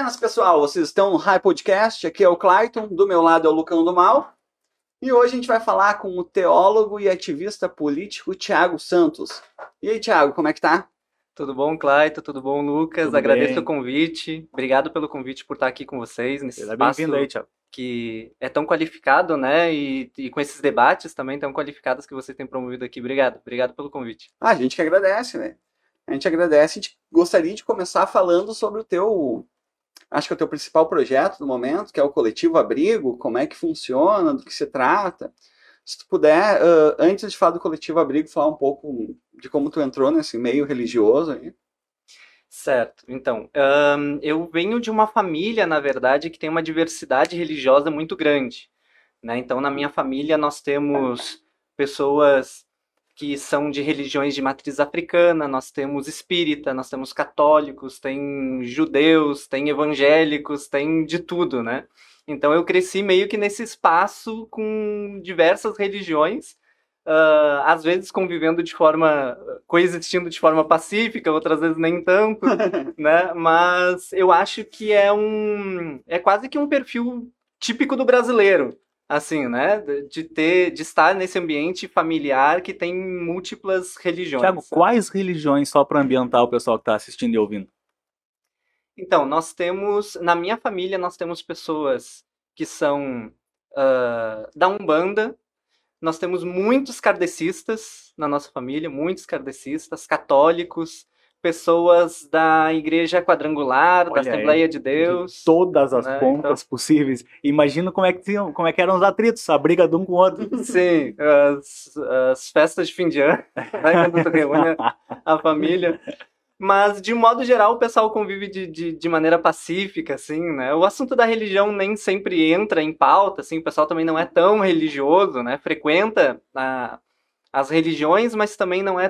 Buenas, pessoal! Vocês estão no High Podcast, aqui é o Clayton, do meu lado é o Lucão do Mal. E hoje a gente vai falar com o teólogo e ativista político Thiago Santos. E aí, Thiago, como é que tá? Tudo bom, Clayton? Tudo bom, Lucas? Tudo Agradeço o bem. convite. Obrigado pelo convite por estar aqui com vocês nesse Seja espaço bem-vindo aí, Thiago. que é tão qualificado, né? E com esses debates também tão qualificados que vocês têm promovido aqui. Obrigado pelo convite. A gente que agradece, né? A gente agradece e gostaria de começar falando sobre acho que é o teu principal projeto no momento, que é o Coletivo Abrigo, como é que funciona, do que se trata. Se tu puder, antes de falar do Coletivo Abrigo, falar um pouco de como tu entrou nesse meio religioso aí. Certo. Então, eu venho de uma família, na verdade, que tem uma diversidade religiosa muito grande, né? Então, na minha família, nós temos pessoas que são de religiões de matriz africana, nós temos espírita, nós temos católicos, tem judeus, tem evangélicos, tem de tudo, né? Então eu cresci meio que nesse espaço com diversas religiões, às vezes coexistindo de forma pacífica, outras vezes nem tanto, né? Mas eu acho que é quase que um perfil típico do brasileiro, assim, né? De estar nesse ambiente familiar que tem múltiplas religiões. Thiago, Sabe? quais religiões, só para ambientar o pessoal que está assistindo e ouvindo? Então, na minha família, nós temos pessoas que são da Umbanda, nós temos muitos kardecistas na nossa família, muitos kardecistas, católicos, pessoas da Igreja Quadrangular, da Olha Assembleia de De Deus, todas as né? pontas possíveis. Imagina como é que eram os atritos, a briga de um com o outro. Sim, as festas de fim de ano, né, quando tu reúne a família. Mas, de modo geral, o pessoal convive de maneira pacífica, assim, né? O assunto da religião nem sempre entra em pauta, assim, o pessoal também não é tão religioso, né? Frequenta as religiões, mas também não é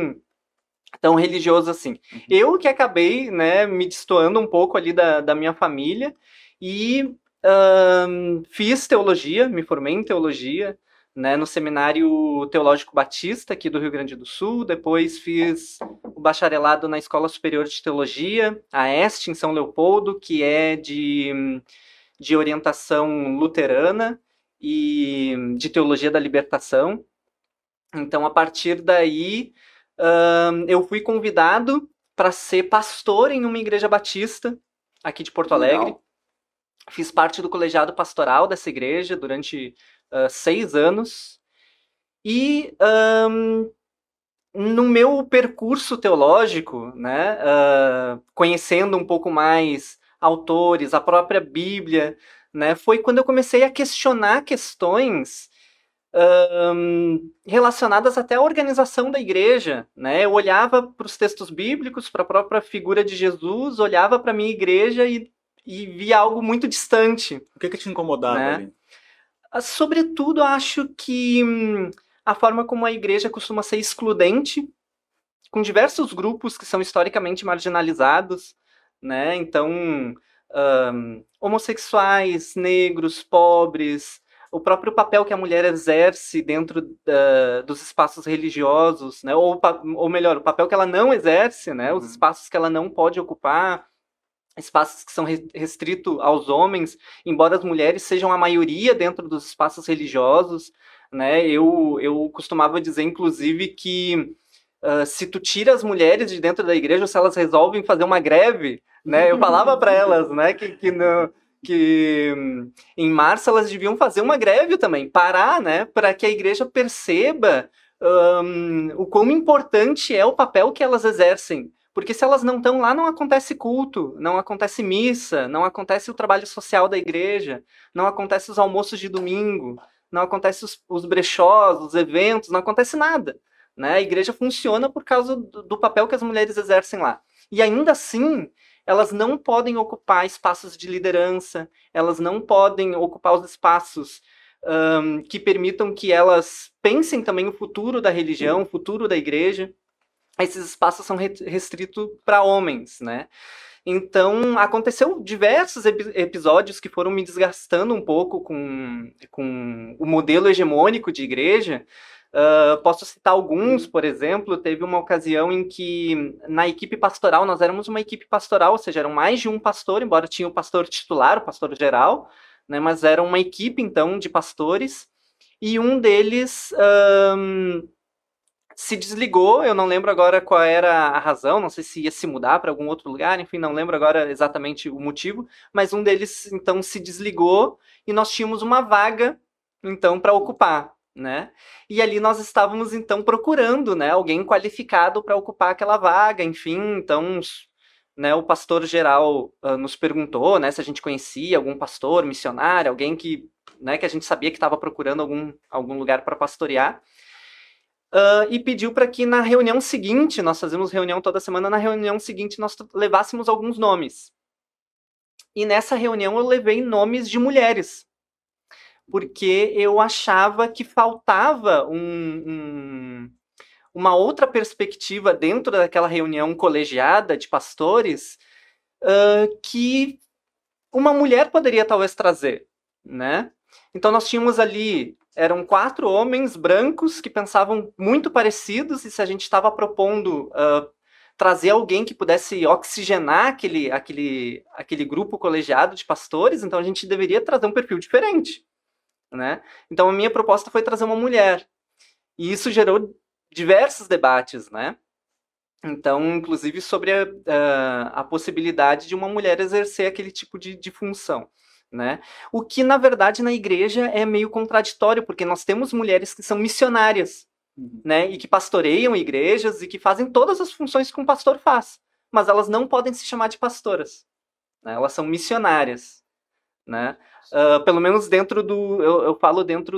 tão religioso assim. Eu que acabei, né, me destoando um pouco ali da minha família e fiz teologia, me formei em teologia, né, no Seminário Teológico Batista aqui do Rio Grande do Sul. Depois fiz o bacharelado na Escola Superior de Teologia, a EST, em São Leopoldo, que é de orientação luterana e de teologia da libertação. Então, a partir daí, eu fui convidado para ser pastor em uma igreja batista aqui de Porto Alegre. Legal. Fiz parte do colegiado pastoral dessa igreja durante 6 anos. E no meu percurso teológico, né, conhecendo um pouco mais autores, a própria Bíblia, né, foi quando eu comecei a questionar questões relacionadas até à organização da igreja, né? Eu olhava para os textos bíblicos, para a própria figura de Jesus, olhava para a minha igreja e via algo muito distante. O que te incomodava Né? ali? Sobretudo, acho que a forma como a igreja costuma ser excludente, com diversos grupos que são historicamente marginalizados, né? Então, homossexuais, negros, pobres, o próprio papel que a mulher exerce dentro dos espaços religiosos, né? Ou melhor, o papel que ela não exerce, né? Os espaços que ela não pode ocupar, espaços que são restritos aos homens, embora as mulheres sejam a maioria dentro dos espaços religiosos, né? Eu costumava dizer, inclusive, que se tu tira as mulheres de dentro da igreja, se elas resolvem fazer uma greve, né? Eu falava para elas, né, que em março elas deviam fazer uma greve também, parar, né, para que a igreja perceba o quão importante é o papel que elas exercem. Porque se elas não estão lá, não acontece culto, não acontece missa, não acontece o trabalho social da igreja, não acontece os almoços de domingo, não acontece os brechós, os eventos, não acontece nada. Né? A igreja funciona por causa do papel que as mulheres exercem lá. E ainda assim, elas não podem ocupar espaços de liderança, elas não podem ocupar os espaços que permitam que elas pensem também o futuro da religião, o futuro da igreja. Esses espaços são restritos para homens, né? Então, aconteceu diversos episódios que foram me desgastando um pouco com o modelo hegemônico de igreja. Posso citar alguns, por exemplo, teve uma ocasião em que na equipe pastoral, nós éramos uma equipe pastoral, ou seja, eram mais de um pastor, embora tinha o pastor titular, o pastor geral, né, mas era uma equipe, então, de pastores, e um deles se desligou, eu não lembro agora qual era a razão, não sei se ia se mudar para algum outro lugar, enfim, não lembro agora exatamente o motivo, mas um deles, então, se desligou, e nós tínhamos uma vaga, então, para ocupar, né? E ali nós estávamos, então, procurando, né, alguém qualificado para ocupar aquela vaga, enfim, então, né, o pastor geral nos perguntou, né, se a gente conhecia algum pastor, missionário, alguém que, né, que a gente sabia que estava procurando algum lugar para pastorear, e pediu para que na reunião seguinte, nós fazemos reunião toda semana, na reunião seguinte nós levássemos alguns nomes. E nessa reunião eu levei nomes de mulheres, porque eu achava que faltava uma outra perspectiva dentro daquela reunião colegiada de pastores que uma mulher poderia talvez trazer, né? Então nós tínhamos ali, eram 4 homens brancos que pensavam muito parecidos, e se a gente estava propondo trazer alguém que pudesse oxigenar aquele grupo colegiado de pastores, então a gente deveria trazer um perfil diferente, né? Então a minha proposta foi trazer uma mulher, e isso gerou diversos debates, né? Então, inclusive sobre a possibilidade de uma mulher exercer aquele tipo de função, né? O que, na verdade, na igreja é meio contraditório, porque nós temos mulheres que são missionárias, né? E que pastoreiam igrejas e que fazem todas as funções que um pastor faz, mas elas não podem se chamar de pastoras, né? Elas são missionárias, né? Pelo menos dentro eu falo dentro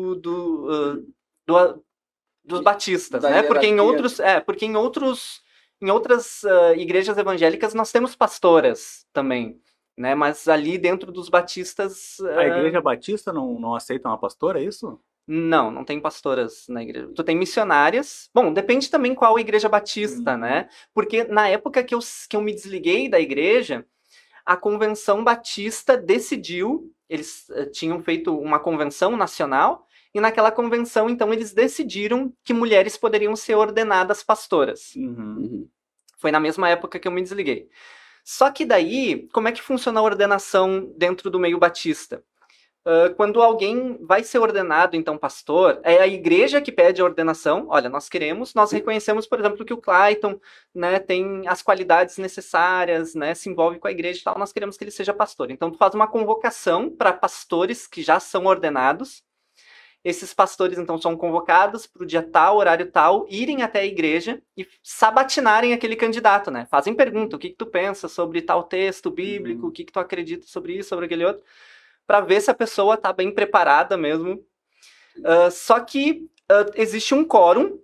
dos batistas, né? Porque em outras igrejas evangélicas nós temos pastoras também, né? Mas ali dentro dos batistas A igreja batista não aceita uma pastora, é isso? não tem pastoras na igreja. Tu tem missionárias. Bom, depende também qual igreja batista, né? Porque na época que eu me desliguei da igreja, a Convenção Batista decidiu, eles tinham feito uma convenção nacional, e naquela convenção, então, eles decidiram que mulheres poderiam ser ordenadas pastoras. Foi na mesma época que eu me desliguei. Só que daí, como é que funciona a ordenação dentro do meio batista? Quando alguém vai ser ordenado, então, pastor, é a igreja que pede a ordenação. Olha, nós reconhecemos, por exemplo, que o Clayton, né, tem as qualidades necessárias, né, se envolve com a igreja e tal, nós queremos que ele seja pastor. Então, tu faz uma convocação para pastores que já são ordenados. Esses pastores, então, são convocados para o dia tal, horário tal, irem até a igreja e sabatinarem aquele candidato, né? Fazem pergunta, o que tu pensa sobre tal texto bíblico, o que tu acredita sobre isso, sobre aquele outro, para ver se a pessoa está bem preparada mesmo. Só que existe um quórum,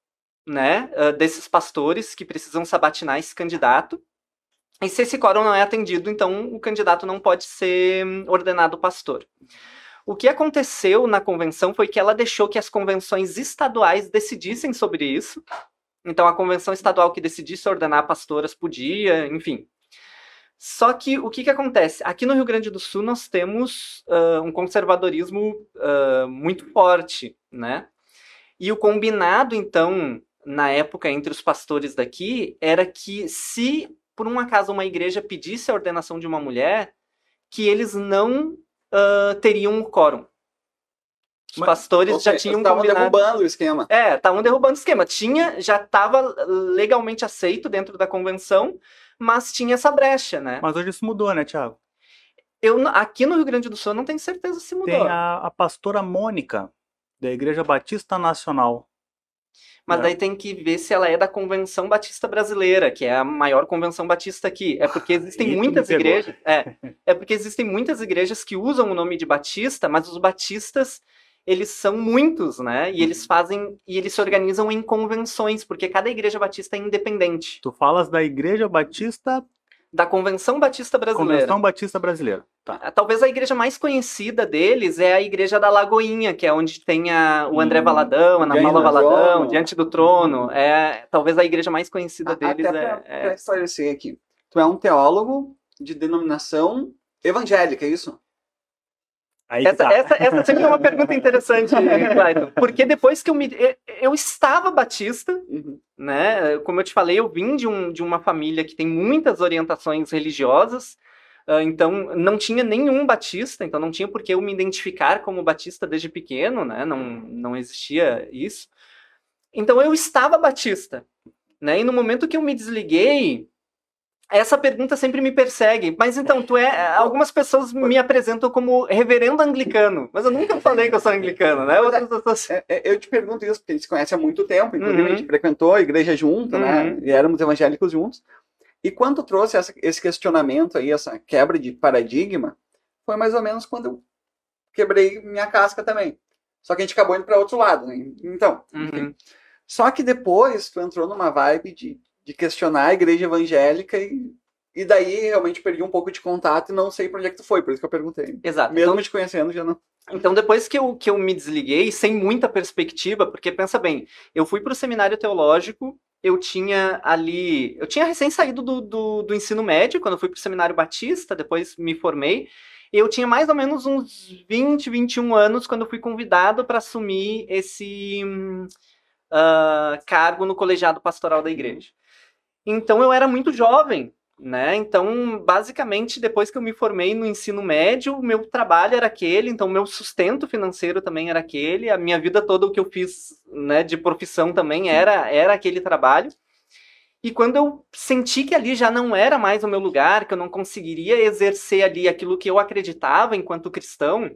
né, desses pastores que precisam sabatinar esse candidato, e se esse quórum não é atendido, então o candidato não pode ser ordenado pastor. O que aconteceu na convenção foi que ela deixou que as convenções estaduais decidissem sobre isso. Então, a convenção estadual que decidisse ordenar pastoras podia, enfim. Só que o que acontece? Aqui no Rio Grande do Sul nós temos um conservadorismo muito forte, né? E o combinado, então, na época entre os pastores daqui, era que se, por um acaso, uma igreja pedisse a ordenação de uma mulher, que eles não teriam um quórum. Os pastores já tinham estavam derrubando o esquema. Estavam derrubando o esquema. Já estava legalmente aceito dentro da convenção, mas tinha essa brecha, né? Mas hoje isso mudou, né, Thiago? Aqui no Rio Grande do Sul eu não tenho certeza se mudou. Tem a pastora Mônica, da Igreja Batista Nacional. Mas daí tem que ver se ela é da Convenção Batista Brasileira, que é a maior convenção batista aqui. É porque existem muitas igrejas. É porque existem muitas igrejas que usam o nome de batista, mas os batistas, eles são muitos, né? E eles se organizam em convenções, porque cada igreja batista é independente. Tu falas da Igreja Batista... Da Convenção Batista Brasileira. Convenção Batista Brasileira. Tá. Talvez a igreja mais conhecida deles é a Igreja da Lagoinha, que é onde tem o André Valadão, a Ana Paula Valadão, Diante do Trono. Talvez a igreja mais conhecida deles Até pra esclarecer aqui. tu é um teólogo de denominação evangélica, é isso? Aí que tá. Essa sempre é uma pergunta interessante, Clayton, porque depois que eu estava batista, Uhum. né? Como eu te falei, eu vim de uma família que tem muitas orientações religiosas, então não tinha nenhum batista, então não tinha por que eu me identificar como batista desde pequeno, né? Não existia isso. Então eu estava batista, né? E no momento que eu me desliguei, essa pergunta sempre me persegue. Mas então, algumas pessoas me apresentam como reverendo anglicano, mas eu nunca falei que eu sou anglicano, né? Outras pessoas... Eu te pergunto isso, porque a gente se conhece há muito tempo, inclusive Uhum. a gente frequentou a igreja junto, né? Uhum. E éramos evangélicos juntos. E quando tu trouxe esse questionamento aí, essa quebra de paradigma, foi mais ou menos quando eu quebrei minha casca também. Só que a gente acabou indo para outro lado, né? Então, enfim. Uhum. Só que depois tu entrou numa vibe de questionar a igreja evangélica e daí realmente perdi um pouco de contato e não sei para onde é que tu foi, por isso que eu perguntei. Exato. Mesmo Então, te conhecendo, já não... Então, depois que eu me desliguei, sem muita perspectiva, porque pensa bem, eu fui para o seminário teológico, eu tinha recém saído do ensino médio, quando eu fui para o seminário batista, depois me formei, e eu tinha mais ou menos uns 20, 21 anos quando eu fui convidado para assumir esse cargo no colegiado pastoral da igreja. Então, eu era muito jovem, né? Então, basicamente, depois que eu me formei no ensino médio, o meu trabalho era aquele, então o meu sustento financeiro também era aquele, a minha vida toda o que eu fiz, né, de profissão também era aquele trabalho. E quando eu senti que ali já não era mais o meu lugar, que eu não conseguiria exercer ali aquilo que eu acreditava enquanto cristão,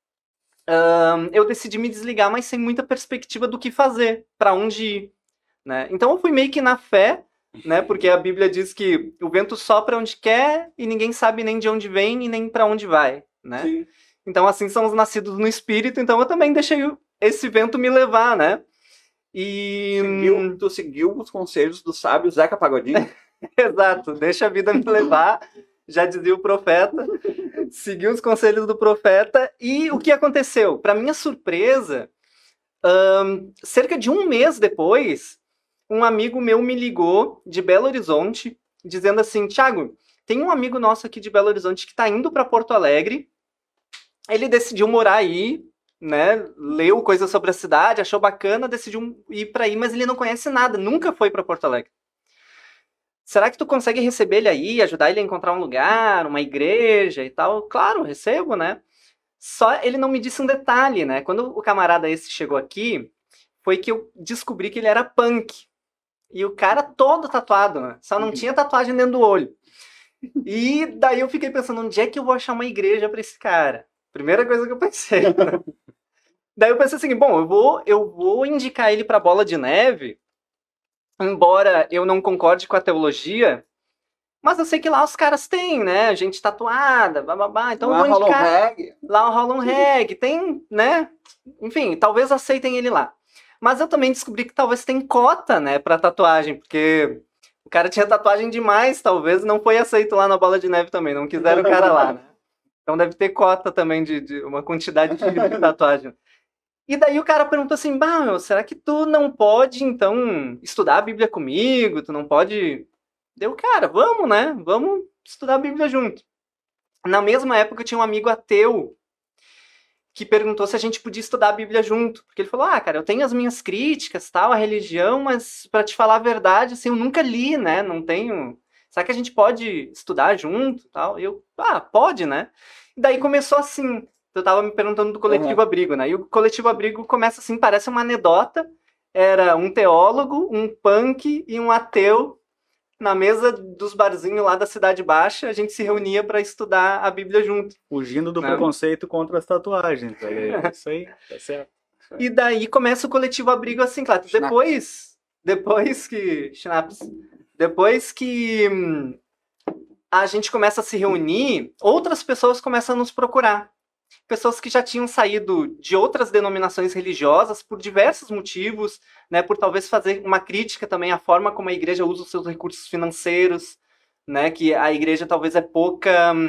eu decidi me desligar, mas sem muita perspectiva do que fazer, para onde ir, né? Então eu fui meio que na fé, né? Porque a Bíblia diz que o vento sopra onde quer e ninguém sabe nem de onde vem e nem para onde vai, né? Sim. Então assim são os nascidos no Espírito, então eu também deixei esse vento me levar, né? E Tu seguiu os conselhos do sábio Zeca Pagodinho? exato, deixa a vida me levar, já dizia o profeta, segui os conselhos do profeta, e o que aconteceu? Para minha surpresa, cerca de um mês depois, um amigo meu me ligou de Belo Horizonte, dizendo assim, Thiago, tem um amigo nosso aqui de Belo Horizonte que está indo para Porto Alegre, ele decidiu morar aí, né, leu coisas sobre a cidade, achou bacana, decidiu ir para aí, mas ele não conhece nada, nunca foi para Porto Alegre. Será que tu consegue receber ele aí, ajudar ele a encontrar um lugar, uma igreja e tal? Claro, recebo, né? Só ele não me disse um detalhe, né? Quando o camarada esse chegou aqui, foi que eu descobri que ele era punk. E o cara todo tatuado, né? Só não tinha tatuagem dentro do olho. E daí eu fiquei pensando, onde é que eu vou achar uma igreja pra esse cara? Primeira coisa que eu pensei. Daí eu pensei assim, bom, eu vou indicar ele pra Bola de Neve, embora eu não concorde com a teologia, mas eu sei que lá os caras têm, né? Gente tatuada, bababá. Então Lá eu vou rola um indicar. reggae. Lá rola um reggae, tem, né? Enfim, talvez aceitem ele lá. Mas eu também descobri que talvez tem cota, né, pra tatuagem, porque o cara tinha tatuagem demais, talvez não foi aceito lá na Bola de Neve também, não quiseram o cara lá, né? Então deve ter cota também de uma quantidade de tatuagem. E daí o cara perguntou assim, bah, meu, será que tu não pode, então, estudar a Bíblia comigo? Tu não pode... Deu, cara, vamos, né? Vamos estudar a Bíblia junto. Na mesma época, eu tinha um amigo ateu que perguntou se a gente podia estudar a Bíblia junto. Porque ele falou, cara, eu tenho as minhas críticas, tal, à religião, mas pra te falar a verdade, assim, eu nunca li, né? Não tenho... Será que a gente pode estudar junto, tal? E eu, pode, né? E daí começou assim... Eu tava me perguntando do Coletivo Abrigo, né? E o Coletivo Abrigo começa assim, parece uma anedota. Era um teólogo, um punk e um ateu na mesa dos barzinhos lá da Cidade Baixa. A gente se reunia para estudar a Bíblia junto. Fugindo do Não. preconceito contra as tatuagens. É isso aí, tá certo. E daí começa o Coletivo Abrigo assim, claro. Depois que a gente começa a se reunir, outras pessoas começam a nos procurar. Pessoas que já tinham saído de outras denominações religiosas por diversos motivos, né, por talvez fazer uma crítica também à forma como a igreja usa os seus recursos financeiros, né, que a igreja talvez é pouco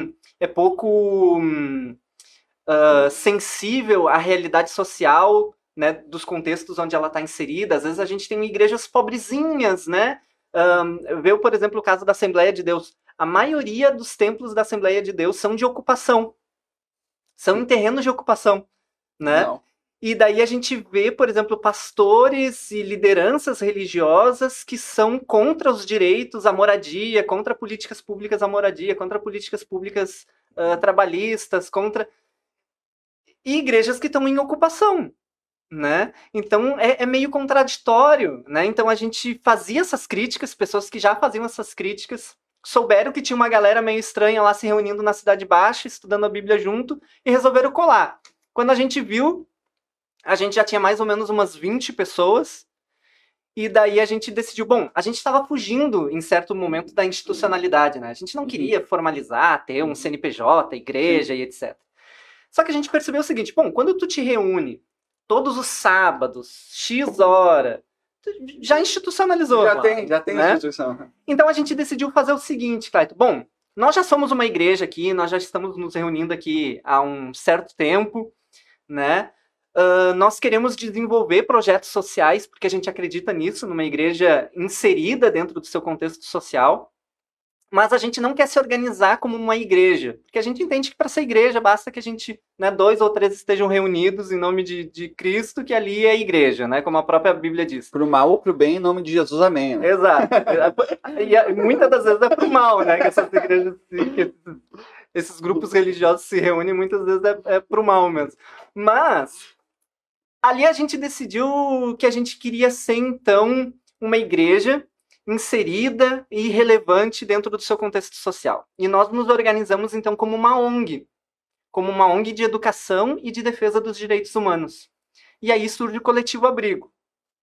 sensível à realidade social, né, dos contextos onde ela está inserida. Às vezes a gente tem igrejas pobrezinhas, né, vê, por exemplo, o caso da Assembleia de Deus. a maioria dos templos da Assembleia de Deus são de ocupação. São em terrenos de ocupação, né? Não. E daí a gente vê, por exemplo, pastores e lideranças religiosas que são contra os direitos à moradia, contra políticas públicas à moradia, contra políticas públicas trabalhistas, contra... E igrejas que estão em ocupação, né? Então é meio contraditório, né? Então a gente fazia essas críticas, pessoas que já faziam essas críticas, souberam que tinha uma galera meio estranha lá se reunindo na Cidade Baixa, estudando a Bíblia junto, e resolveram colar. Quando a gente viu, a gente já tinha mais ou menos umas 20 pessoas, e daí a gente decidiu, bom, a gente estava fugindo em certo momento da institucionalidade, né? A gente não queria formalizar, ter um CNPJ, igreja e etc. Só que a gente percebeu o seguinte, bom, quando tu te reúne todos os sábados, X hora, já institucionalizou. Já tem né? instituição. Então a gente decidiu fazer o seguinte, Clayton. Bom, nós já somos uma igreja aqui, nós já estamos nos reunindo aqui há um certo tempo, né? Nós queremos desenvolver projetos sociais, porque a gente acredita nisso, numa igreja inserida dentro do seu contexto social, mas a gente não quer se organizar como uma igreja, porque a gente entende que para ser igreja basta que a gente, né, 2 ou 3 estejam reunidos em nome de Cristo, que ali é a igreja, né, como a própria Bíblia diz. Pro mal ou pro bem, em nome de Jesus, amém. Né? Exato. E muitas das vezes é pro mal, né, que essas igrejas, que esses grupos religiosos se reúnem, muitas vezes é pro mal mesmo. Mas ali a gente decidiu que a gente queria ser, então, uma igreja inserida e relevante dentro do seu contexto social. E nós nos organizamos, então, como uma ONG de educação e de defesa dos direitos humanos. E aí surge o Coletivo Abrigo,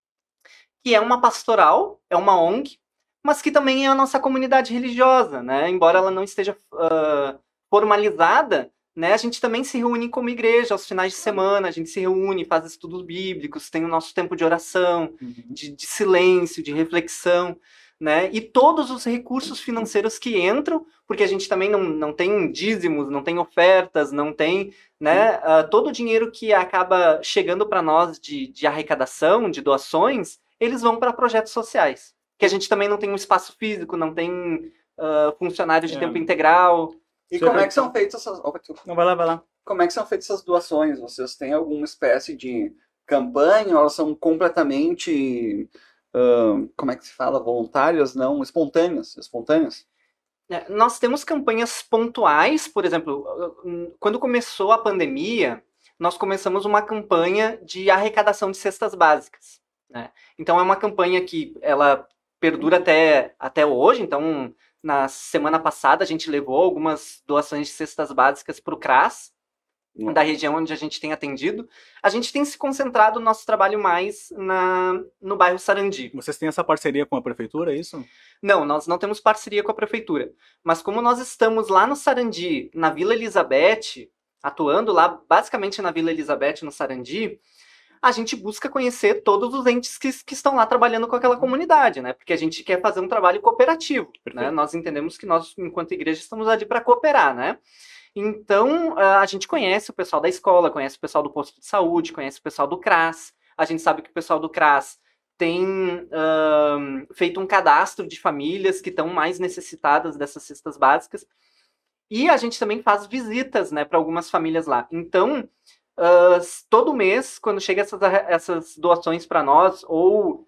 que é uma pastoral, é uma ONG, mas que também é a nossa comunidade religiosa, né? Embora ela não esteja formalizada, né? A gente também se reúne como igreja aos finais de semana, a gente se reúne, faz estudos bíblicos, tem o nosso tempo de oração, de silêncio, de reflexão, né? E todos os recursos financeiros que entram, porque a gente também não tem dízimos, não tem ofertas, não tem, né? Todo o dinheiro que acaba chegando para nós de arrecadação, de doações, eles vão para projetos sociais. Que a gente também não tem um espaço físico, não tem funcionários de tempo integral. E como é que são feitas essas... Não, vai lá. Como é que são feitas essas doações? Vocês têm alguma espécie de campanha? Ou elas são completamente, como é que se fala? Voluntárias? Não, espontâneas? Nós temos campanhas pontuais, por exemplo, quando começou a pandemia, nós começamos uma campanha de arrecadação de cestas básicas, né? Então é uma campanha que ela perdura até hoje, então... Na semana passada, a gente levou algumas doações de cestas básicas para o CRAS, da região onde a gente tem atendido. A gente tem se concentrado o nosso trabalho mais no bairro Sarandi. Vocês têm essa parceria com a prefeitura, é isso? Não, nós não temos parceria com a prefeitura. Mas como nós estamos lá no Sarandi, na Vila Elizabeth, atuando lá basicamente na Vila Elizabeth, no Sarandi, a gente busca conhecer todos os entes que estão lá trabalhando com aquela comunidade, né? Porque a gente quer fazer um trabalho cooperativo, né? Nós entendemos que nós, enquanto igreja, estamos ali para cooperar, né? Então, a gente conhece o pessoal da escola, conhece o pessoal do posto de saúde, conhece o pessoal do CRAS. A gente sabe que o pessoal do CRAS tem feito um cadastro de famílias que estão mais necessitadas dessas cestas básicas. E a gente também faz visitas, né, para algumas famílias lá. Então... todo mês, quando chega essas doações para nós, ou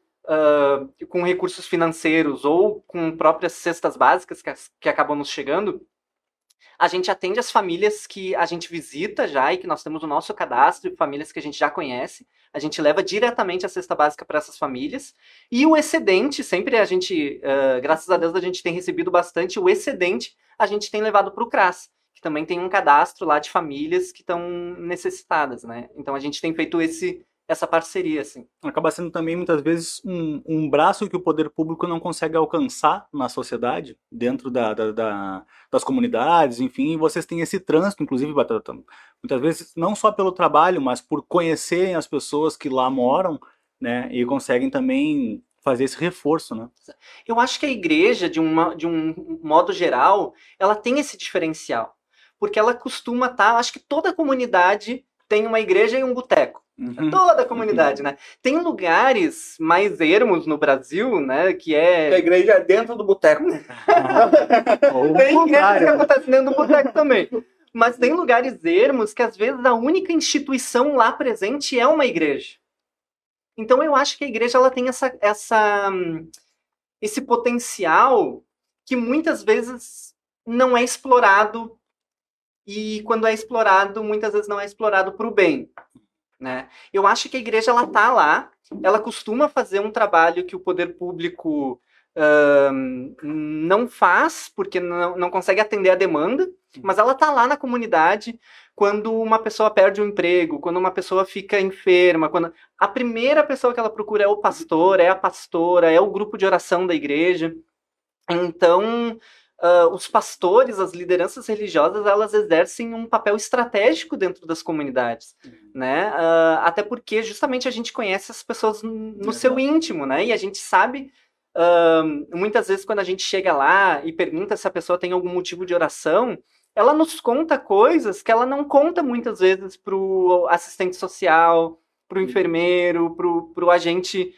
com recursos financeiros, ou com próprias cestas básicas que acabam nos chegando, a gente atende as famílias que a gente visita já e que nós temos o nosso cadastro, famílias que a gente já conhece. A gente leva diretamente a cesta básica para essas famílias. E o excedente, sempre a gente, graças a Deus, a gente tem recebido bastante. O excedente a gente tem levado para o CRAS, que também tem um cadastro lá de famílias que estão necessitadas, né? Então a gente tem feito essa parceria, assim. Acaba sendo também, muitas vezes, um braço que o poder público não consegue alcançar na sociedade, dentro das comunidades, enfim, e vocês têm esse trânsito, inclusive, muitas vezes, não só pelo trabalho, mas por conhecerem as pessoas que lá moram, né, e conseguem também fazer esse reforço, né? Eu acho que a igreja, de um modo geral, ela tem esse diferencial. Porque ela costuma estar... Acho que toda comunidade tem uma igreja e um boteco. Toda a comunidade, né? Tem lugares mais ermos no Brasil, né, que A igreja é dentro do boteco. Tem igreja que acontece dentro do boteco também. Mas tem lugares ermos que, às vezes, a única instituição lá presente é uma igreja. Então, eu acho que a igreja ela tem esse potencial que, muitas vezes, não é explorado. E, quando é explorado, muitas vezes não é explorado para o bem. Né? Eu acho que a igreja ela tá lá, ela costuma fazer um trabalho que o poder público não faz, porque não consegue atender a demanda, mas ela tá lá na comunidade quando uma pessoa perde o emprego, quando uma pessoa fica enferma, quando a primeira pessoa que ela procura é o pastor, é a pastora, é o grupo de oração da igreja. Então, os pastores, as lideranças religiosas, elas exercem um papel estratégico dentro das comunidades, né? Até porque justamente a gente conhece as pessoas no seu íntimo, né? E a gente sabe, muitas vezes quando a gente chega lá e pergunta se a pessoa tem algum motivo de oração, ela nos conta coisas que ela não conta muitas vezes para o assistente social, para o enfermeiro, para o agente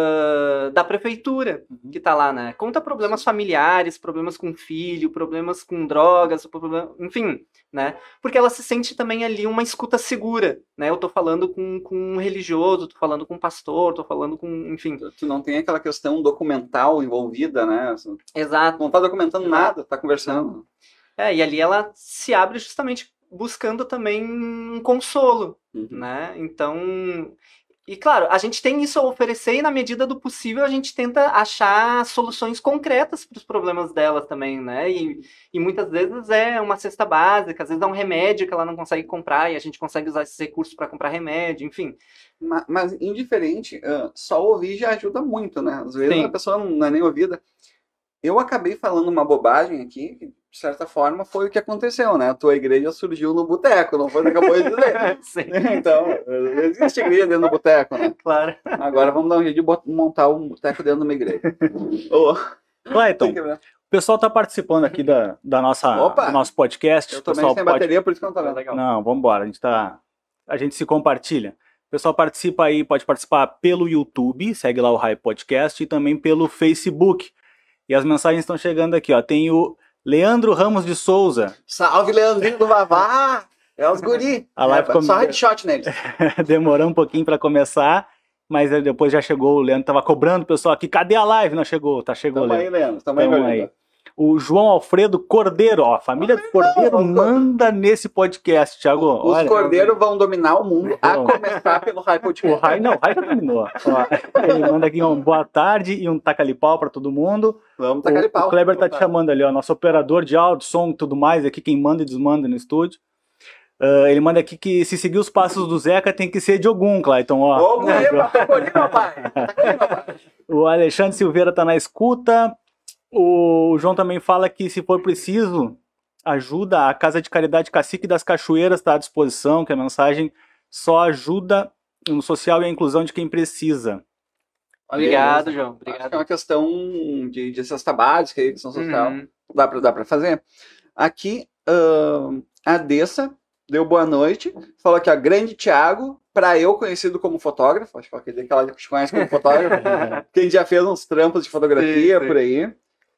da prefeitura que tá lá, né? Conta problemas familiares, problemas com filho, problemas com drogas, enfim, né? Porque ela se sente também ali uma escuta segura, né? Eu tô falando com um religioso, tô falando com um pastor, tô falando com, enfim. Tu não tem aquela questão documental envolvida, né? Exato. Não tá documentando nada, tá conversando. E ali ela se abre justamente buscando também um consolo, né? Então... E, claro, a gente tem isso a oferecer e, na medida do possível, a gente tenta achar soluções concretas para os problemas delas também, né? E muitas vezes é uma cesta básica, às vezes é um remédio que ela não consegue comprar e a gente consegue usar esses recursos para comprar remédio, enfim. Mas indiferente, só ouvir já ajuda muito, né? Às vezes a pessoa não é nem ouvida. Eu acabei falando uma bobagem aqui, que, de certa forma, foi o que aconteceu, né? A tua igreja surgiu no boteco, não foi o que acabou de dizer. Sim. Então, existe igreja dentro do boteco, né? Claro. Agora vamos dar um jeito de montar um boteco dentro de uma igreja. Clayton, o pessoal está participando aqui do nosso podcast. Eu também sem bateria, por isso que não tá vendo. Legal. Não, vamos embora, a gente se compartilha. O pessoal participa aí, pode participar pelo YouTube, segue lá o Hype Podcast, e também pelo Facebook. E as mensagens estão chegando aqui, ó. Tem o Leandro Ramos de Souza. Salve, Leandrinho do Vavá! É os guri. A live só headshot neles. Demorou um pouquinho para começar, mas depois já chegou. O Leandro tava cobrando o pessoal aqui. Cadê a live? Não chegou, chegou. Tamo aí, Leandro. Tamo aí. O João Alfredo Cordeiro, ó, a família do Cordeiro manda nesse podcast, Thiago. Os Cordeiros vão dominar o mundo, a começar pelo Hype Podcast. O Rai já dominou. Ó, ele manda aqui um boa tarde e um taca-lhe-pau pra todo mundo. Vamos taca-lhe-pau. O Kleber tá te chamando ali, ó, nosso operador de áudio, som e tudo mais, aqui quem manda e desmanda no estúdio. Ele manda aqui que se seguir os passos do Zeca tem que ser de Ogum, Clayton, ó. Ogum, meu pai. O Alexandre Silveira tá na escuta. O João também fala que, se for preciso, ajuda. A Casa de Caridade Cacique das Cachoeiras está à disposição, que a mensagem só ajuda no social e a inclusão de quem precisa. Obrigado, João. Obrigado. Acho que é uma questão de cesta básica, questão social. Dá para fazer. Aqui, a Dessa deu boa noite. Falou aqui, ó, grande Thiago, para eu conhecido como fotógrafo. Acho que ela quer dizer que ela te conhece como fotógrafo. Quem já fez uns trampos de fotografia por aí.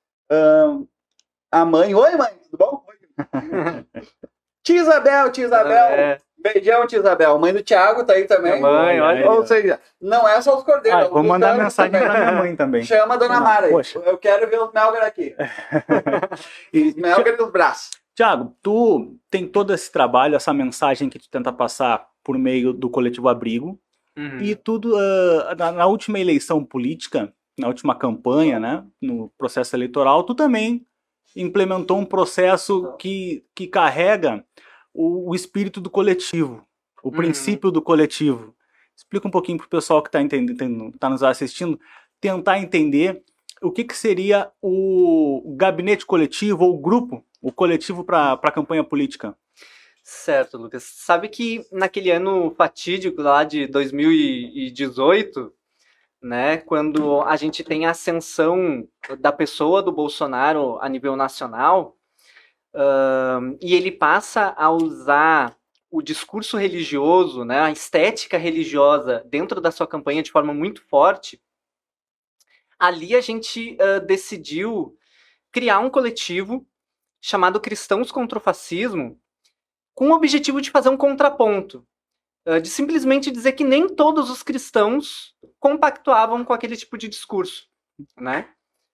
A mãe, oi mãe, tudo bom? Tia Isabel, beijão, tia Isabel, mãe do Thiago tá aí também. Mãe, olha. Ou seja, não é só os Cordeiros. Vou mandar mensagem pra minha mãe também. Chama a dona Mara aí. Poxa. Eu quero ver os Melgar aqui. Os Melgar nos braços. Thiago, tu tem todo esse trabalho, essa mensagem que tu tenta passar por meio do Coletivo Abrigo, e tudo, na última eleição política, na última campanha, né, no processo eleitoral, tu também implementou um processo que carrega o espírito do coletivo, o princípio do coletivo. Explica um pouquinho para o pessoal que está nos assistindo, tentar entender o que seria o gabinete coletivo ou o grupo, o coletivo para a campanha política. Certo, Lucas. Sabe que naquele ano fatídico lá de 2018, né, quando a gente tem a ascensão da pessoa do Bolsonaro a nível nacional, e ele passa a usar o discurso religioso, né, a estética religiosa dentro da sua campanha de forma muito forte, ali a gente decidiu criar um coletivo chamado Cristãos contra o Fascismo, com o objetivo de fazer um contraponto, de simplesmente dizer que nem todos os cristãos compactuavam com aquele tipo de discurso, né?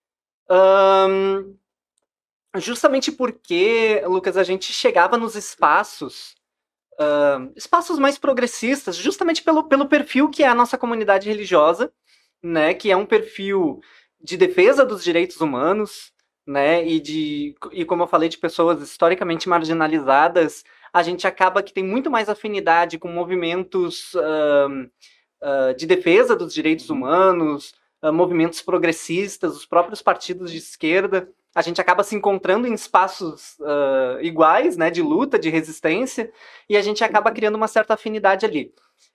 Justamente porque, Lucas, a gente chegava nos espaços mais progressistas, justamente pelo perfil que é a nossa comunidade religiosa, né, que é um perfil de defesa dos direitos humanos, né, e como eu falei, de pessoas historicamente marginalizadas. A gente acaba que tem muito mais afinidade com movimentos de defesa dos direitos humanos, movimentos progressistas, os próprios partidos de esquerda. A gente acaba se encontrando em espaços iguais, né, de luta, de resistência, e a gente acaba criando uma certa afinidade ali.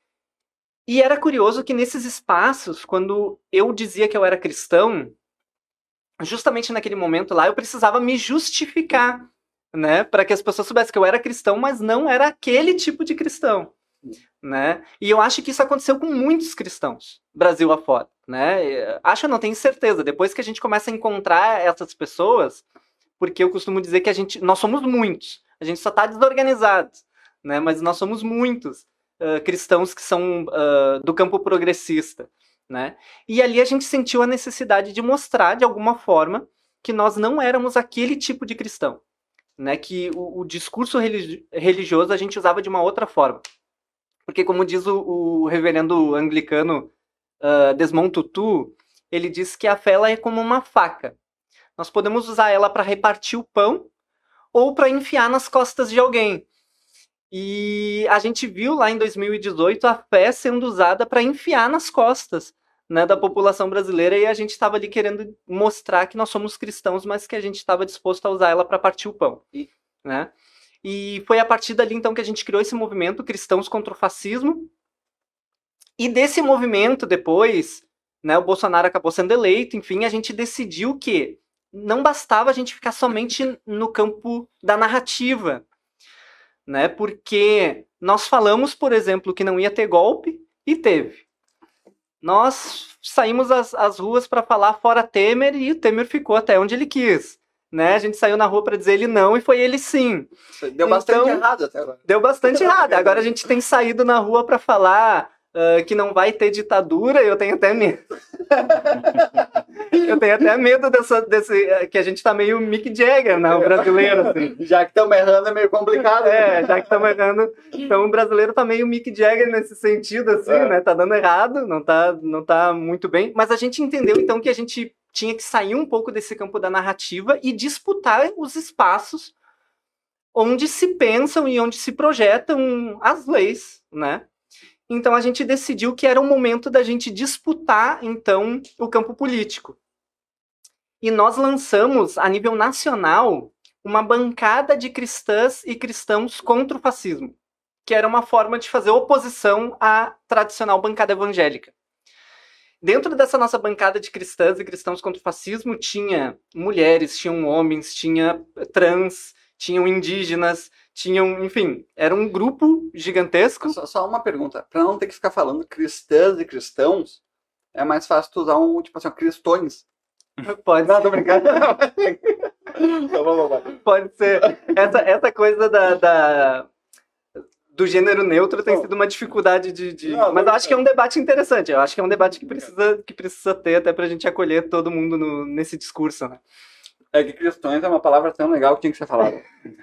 E era curioso que nesses espaços, quando eu dizia que eu era cristão, justamente naquele momento lá, eu precisava me justificar, né, para que as pessoas soubessem que eu era cristão, mas não era aquele tipo de cristão, né? E eu acho que isso aconteceu com muitos cristãos, Brasil afora, né? Acho, não tenho certeza. Depois que a gente começa a encontrar essas pessoas, porque eu costumo dizer que nós somos muitos, a gente só está desorganizado, né? Mas nós somos muitos cristãos que são do campo progressista, né? E ali a gente sentiu a necessidade de mostrar, de alguma forma, que nós não éramos aquele tipo de cristão, né? Que o discurso religioso a gente usava de uma outra forma. Porque, como diz o reverendo anglicano Desmond Tutu, ele diz que a fé ela é como uma faca. Nós podemos usar ela para repartir o pão ou para enfiar nas costas de alguém. E a gente viu lá em 2018 a fé sendo usada para enfiar nas costas, né, da população brasileira, e a gente estava ali querendo mostrar que nós somos cristãos, mas que a gente estava disposto a usar ela para partir o pão, né? E foi a partir dali, então, que a gente criou esse movimento Cristãos contra o Fascismo. E desse movimento, depois, né, o Bolsonaro acabou sendo eleito, enfim, a gente decidiu que não bastava a gente ficar somente no campo da narrativa, né? Porque nós falamos, por exemplo, que não ia ter golpe, e teve. Nós saímos às ruas para falar fora Temer, e o Temer ficou até onde ele quis. Né? A gente saiu na rua para dizer ele não e foi ele sim. Deu bastante errado até agora. Deu bastante errado. Agora a gente tem saído na rua para falar que não vai ter ditadura. Eu tenho até medo. Eu tenho até medo desse que a gente tá meio Mick Jagger, né? O brasileiro, assim. Já que estamos errando é meio complicado. Já que estamos errando. Então o brasileiro tá meio Mick Jagger nesse sentido, assim, né? Tá dando errado, não tá muito bem. Mas a gente entendeu, então, que a gente tinha que sair um pouco desse campo da narrativa e disputar os espaços onde se pensam e onde se projetam as leis, né? Então a gente decidiu que era o momento da gente disputar, então, o campo político. E nós lançamos, a nível nacional, uma bancada de cristãs e cristãos contra o fascismo, que era uma forma de fazer oposição à tradicional bancada evangélica. Dentro dessa nossa bancada de cristãs e cristãos contra o fascismo, tinha mulheres, tinham homens, tinha trans, tinham indígenas, tinham, enfim, era um grupo gigantesco. Só uma pergunta, para não ter que ficar falando cristãs e cristãos, é mais fácil tu usar tipo assim, cristões. Pode ser. Não, tô brincando. Pode ser. Essa coisa do gênero neutro tem sido uma dificuldade mas eu acho que é um debate interessante. Eu acho que é um debate que precisa ter até pra gente acolher todo mundo nesse discurso, né? É que cristões é uma palavra tão legal que tinha que ser falada.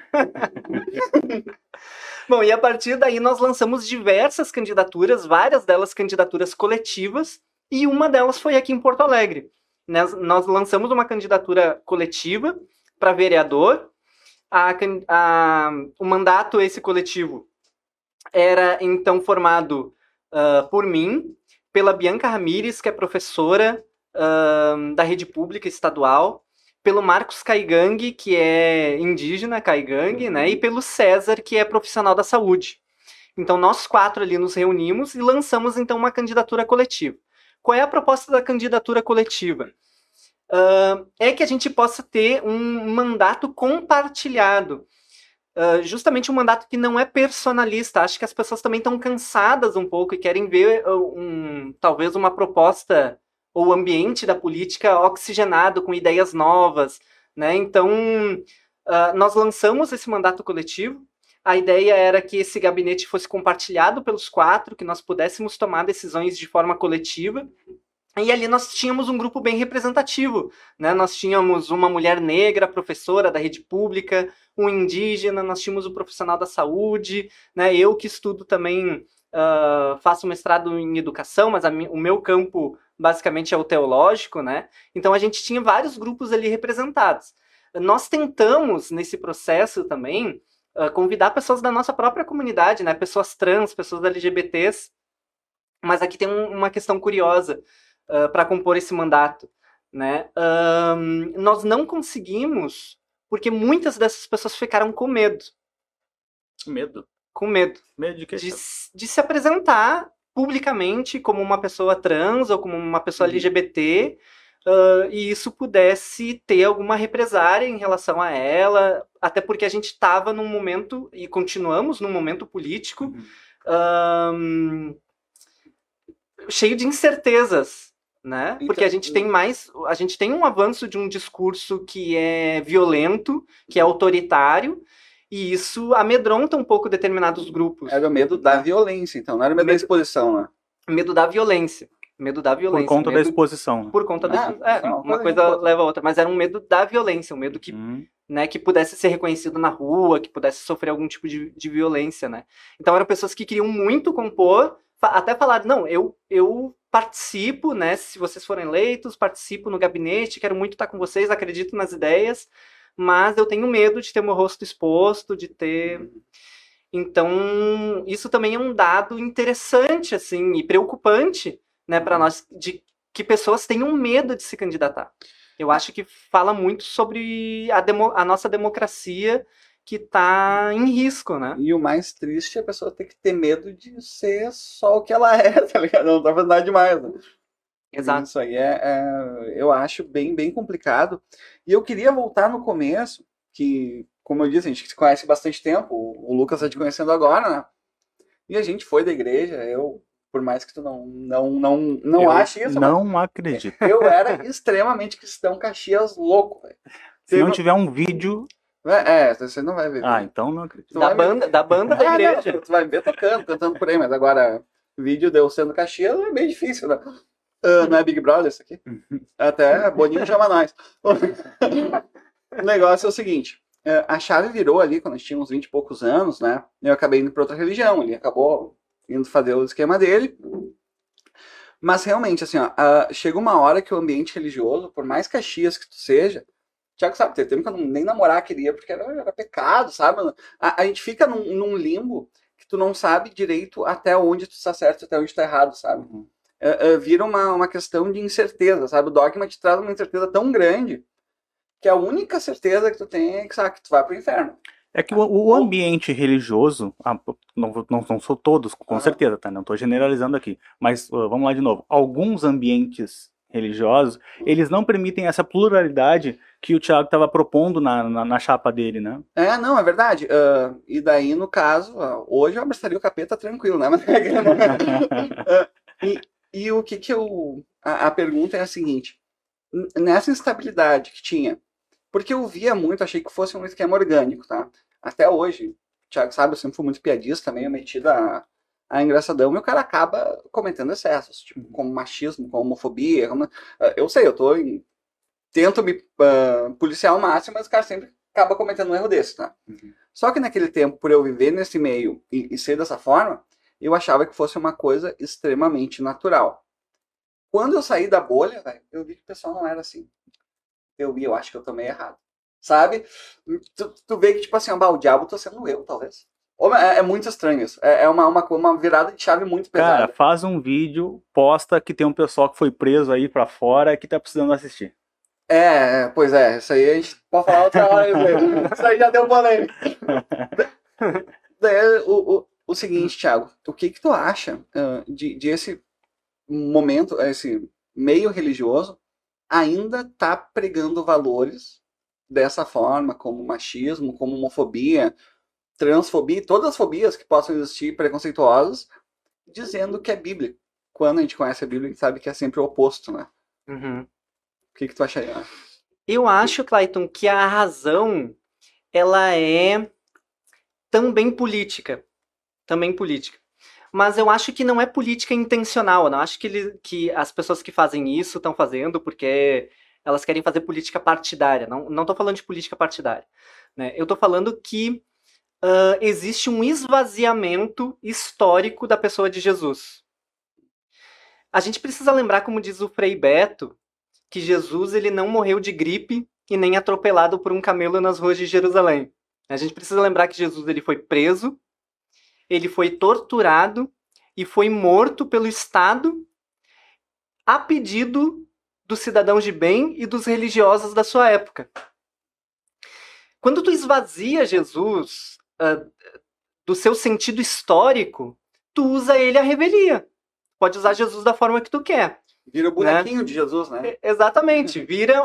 Bom, e a partir daí nós lançamos diversas candidaturas, várias delas candidaturas coletivas, e uma delas foi aqui em Porto Alegre. Nós lançamos uma candidatura coletiva para vereador. O mandato, esse coletivo, era então formado por mim, pela Bianca Ramires, que é professora da rede pública estadual, pelo Marcos Caigang, que é indígena, Caigang, né, e pelo César, que é profissional da saúde. Então nós 4 ali nos reunimos e lançamos então uma candidatura coletiva. Qual é a proposta da candidatura coletiva? É que a gente possa ter um mandato compartilhado. justamente um mandato que não é personalista. Acho que as pessoas também estão cansadas um pouco e querem ver talvez uma proposta ou o ambiente da política oxigenado com ideias novas, né? Então, nós lançamos esse mandato coletivo. A ideia era que esse gabinete fosse compartilhado pelos 4, que nós pudéssemos tomar decisões de forma coletiva. E ali nós tínhamos um grupo bem representativo, né? Nós tínhamos uma mulher negra, professora da rede pública, um indígena, nós tínhamos o profissional da saúde, né? Eu que estudo também, faço mestrado em educação, mas o meu campo basicamente é o teológico, né? Então a gente tinha vários grupos ali representados. Nós tentamos, nesse processo também, convidar pessoas da nossa própria comunidade, né? Pessoas trans, pessoas LGBTs, mas aqui tem uma questão curiosa para compor esse mandato, né? Nós não conseguimos, porque muitas dessas pessoas ficaram com medo. Medo? Com medo. Medo de quê? De se apresentar publicamente como uma pessoa trans ou como uma pessoa LGBT, e isso pudesse ter alguma represária em relação a ela, até porque a gente estava num momento, e continuamos num momento político, cheio de incertezas, né? Então, porque a gente tem um avanço de um discurso que é violento, que é autoritário, e isso amedronta um pouco determinados grupos. Era o medo da violência, então, não era o medo da exposição, né? Medo da violência. Medo da violência. Por conta da exposição. Por conta uma coisa leva a outra, mas era um medo da violência, um medo que, né, que pudesse ser reconhecido na rua, que pudesse sofrer algum tipo de violência, né? Então eram pessoas que queriam muito compor, até falar, não, eu participo, né, se vocês forem eleitos, participo no gabinete, quero muito estar com vocês, acredito nas ideias, mas eu tenho medo de ter meu rosto exposto, de ter... Então, isso também é um dado interessante, assim, e preocupante, né, para nós, de que pessoas tenham medo de se candidatar. Eu acho que fala muito sobre a nossa democracia que está em risco, né? E o mais triste é a pessoa ter que ter medo de ser só o que ela é, tá ligado? Não tá fazendo nada demais, né? Exato. Isso aí eu acho bem, bem complicado. E eu queria voltar no começo, que, como eu disse, a gente se conhece há bastante tempo, o Lucas tá te conhecendo agora, né? E a gente foi da igreja, por mais que tu não ache isso, não acredito. Eu era extremamente cristão Caxias louco, velho. Se não tiver um vídeo... Você não vai ver. Então não acredito. Da banda da igreja. Não, tu vai ver cantando por aí, mas agora vídeo de eu sendo Caxias é bem difícil, né? Não é Big Brother isso aqui? Até Boninho chama nós. O negócio é o seguinte, a chave virou ali quando a gente tinha uns 20 e poucos anos, né? Eu acabei indo para outra religião, ele acabou indo fazer o esquema dele. Mas realmente, assim, chega uma hora que o ambiente religioso, por mais Caxias que tu seja, Tiago sabe, teve tempo que eu nem namorar queria, porque era pecado, sabe? A gente fica num limbo que tu não sabe direito até onde tu está certo, até onde tu tá errado, sabe? Vira uma questão de incerteza, sabe? O dogma te traz uma incerteza tão grande que a única certeza que tu tem é que, sabe, que tu vai pro inferno. É que o ambiente religioso, não sou todos, com certeza, tá? Não estou generalizando aqui, mas vamos lá de novo. Alguns ambientes religiosos, eles não permitem essa pluralidade que o Thiago estava propondo na chapa dele, né? Não, é verdade. E daí, no caso, hoje eu abraçaria o capeta tranquilo, né? E o que a pergunta é a seguinte, nessa instabilidade que tinha, porque eu via muito, achei que fosse um esquema orgânico, tá? Até hoje, o Thiago sabe, eu sempre fui muito piadista, meio metido a engraçadão, e o cara acaba cometendo excessos, tipo, como machismo, como homofobia, eu sei, tento me policiar ao máximo, mas o cara sempre acaba cometendo um erro desse, tá? Só que naquele tempo, por eu viver nesse meio e ser dessa forma, eu achava que fosse uma coisa extremamente natural. Quando eu saí da bolha, véio, eu vi que o pessoal não era assim. Eu acho que eu tomei errado. Sabe? Tu vê que, tipo assim, o diabo tô sendo eu, talvez. É muito estranho isso. É uma virada de chave muito pesada. Cara, faz um vídeo, posta que tem um pessoal que foi preso aí pra fora que tá precisando assistir. Pois é. Isso aí a gente pode falar outra hora. Isso aí já deu polêmica. O seguinte, Thiago. O que tu acha de esse momento, esse meio religioso ainda tá pregando valores dessa forma, como machismo, como homofobia, transfobia, todas as fobias que possam existir, preconceituosas, dizendo que é bíblico. Quando a gente conhece a Bíblia, a gente sabe que é sempre o oposto, né? Uhum. O que tu acharia? Eu acho, Clayton, que a razão, ela é também política. Também política. Mas eu acho que não é política intencional. Eu não acho que as pessoas que fazem isso estão fazendo porque elas querem fazer política partidária. Não estou falando de política partidária. Né? Eu estou falando que existe um esvaziamento histórico da pessoa de Jesus. A gente precisa lembrar, como diz o Frei Beto, que Jesus ele não morreu de gripe e nem atropelado por um camelo nas ruas de Jerusalém. A gente precisa lembrar que Jesus ele foi preso, ele foi torturado e foi morto pelo Estado a pedido dos cidadãos de bem e dos religiosos da sua época. Quando tu esvazia Jesus do seu sentido histórico, tu usa ele à revelia. Pode usar Jesus da forma que tu quer. Vira o bonequinho de Jesus, né? Exatamente. Vira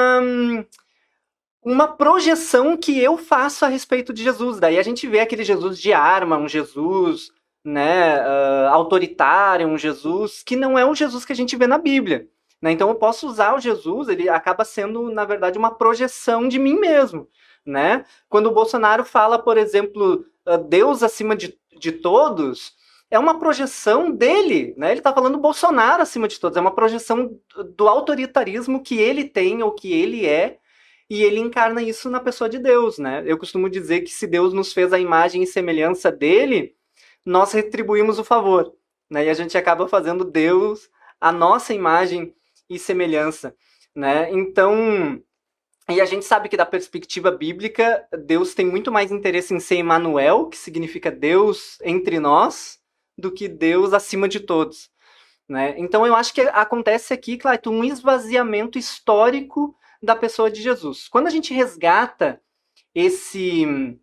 uma projeção que eu faço a respeito de Jesus. Daí a gente vê aquele Jesus de arma, um Jesus, né, autoritário, um Jesus que não é o Jesus que a gente vê na Bíblia. Né? Então eu posso usar o Jesus, ele acaba sendo, na verdade, uma projeção de mim mesmo. Né? Quando o Bolsonaro fala, por exemplo, Deus acima de todos, é uma projeção dele, né? Ele está falando Bolsonaro acima de todos, é uma projeção do autoritarismo que ele tem ou que ele é, e ele encarna isso na pessoa de Deus, né? Eu costumo dizer que se Deus nos fez a imagem e semelhança dele, nós retribuímos o favor, né? E a gente acaba fazendo Deus a nossa imagem e semelhança, né? Então, e a gente sabe que da perspectiva bíblica, Deus tem muito mais interesse em ser Emanuel, que significa Deus entre nós, do que Deus acima de todos. Né? Então eu acho que acontece aqui, Clayton, um esvaziamento histórico da pessoa de Jesus. Quando a gente resgata esse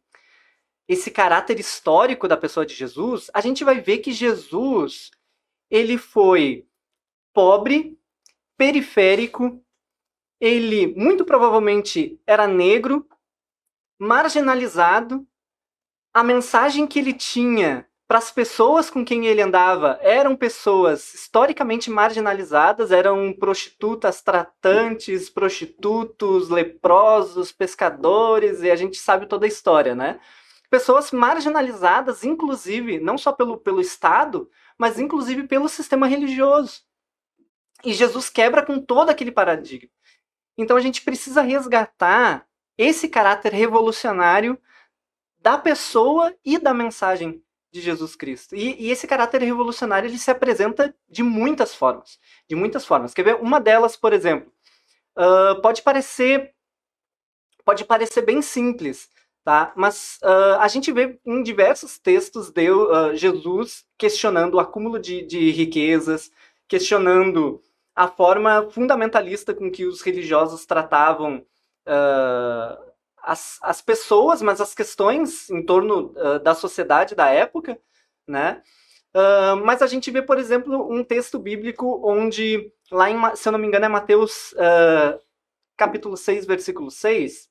caráter histórico da pessoa de Jesus, a gente vai ver que Jesus ele foi pobre, periférico, ele muito provavelmente era negro, marginalizado, a mensagem que ele tinha para as pessoas com quem ele andava eram pessoas historicamente marginalizadas, eram prostitutas, tratantes, prostitutos, leprosos, pescadores, e a gente sabe toda a história, né? Pessoas marginalizadas, inclusive, não só pelo Estado, mas inclusive pelo sistema religioso. E Jesus quebra com todo aquele paradigma. Então a gente precisa resgatar esse caráter revolucionário da pessoa e da mensagem de Jesus Cristo. E esse caráter revolucionário ele se apresenta de muitas formas. De muitas formas. Quer ver? Uma delas, por exemplo, pode parecer bem simples, tá? Mas a gente vê em diversos textos Jesus questionando o acúmulo de riquezas, questionando a forma fundamentalista com que os religiosos tratavam as pessoas, mas as questões em torno da sociedade da época, né? Mas a gente vê, por exemplo, um texto bíblico onde, lá se eu não me engano, é Mateus capítulo 6, versículo 6,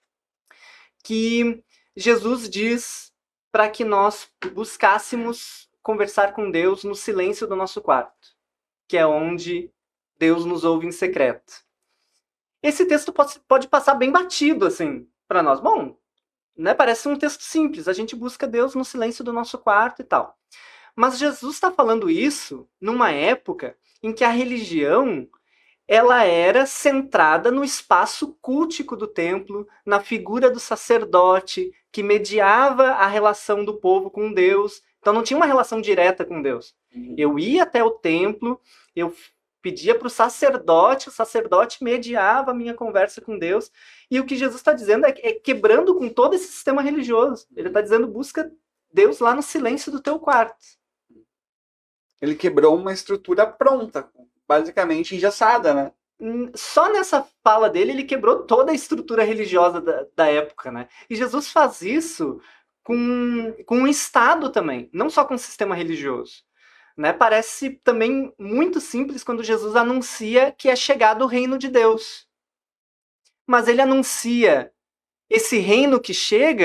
que Jesus diz para que nós buscássemos conversar com Deus no silêncio do nosso quarto, que é onde Deus nos ouve em secreto. Esse texto pode passar bem batido, assim, para nós. Bom, né, parece um texto simples, a gente busca Deus no silêncio do nosso quarto e tal. Mas Jesus está falando isso numa época em que a religião ela era centrada no espaço cultico do templo, na figura do sacerdote, que mediava a relação do povo com Deus. Então não tinha uma relação direta com Deus. Eu ia até o templo, eu pedia para o sacerdote mediava a minha conversa com Deus. E o que Jesus está dizendo é quebrando com todo esse sistema religioso. Ele está dizendo, busca Deus lá no silêncio do teu quarto. Ele quebrou uma estrutura pronta, basicamente engessada, né? Só nessa fala dele, ele quebrou toda a estrutura religiosa da época, né? E Jesus faz isso com o Estado também, não só com o sistema religioso. Né? Parece também muito simples quando Jesus anuncia que é chegado o reino de Deus. Mas ele anuncia esse reino que chega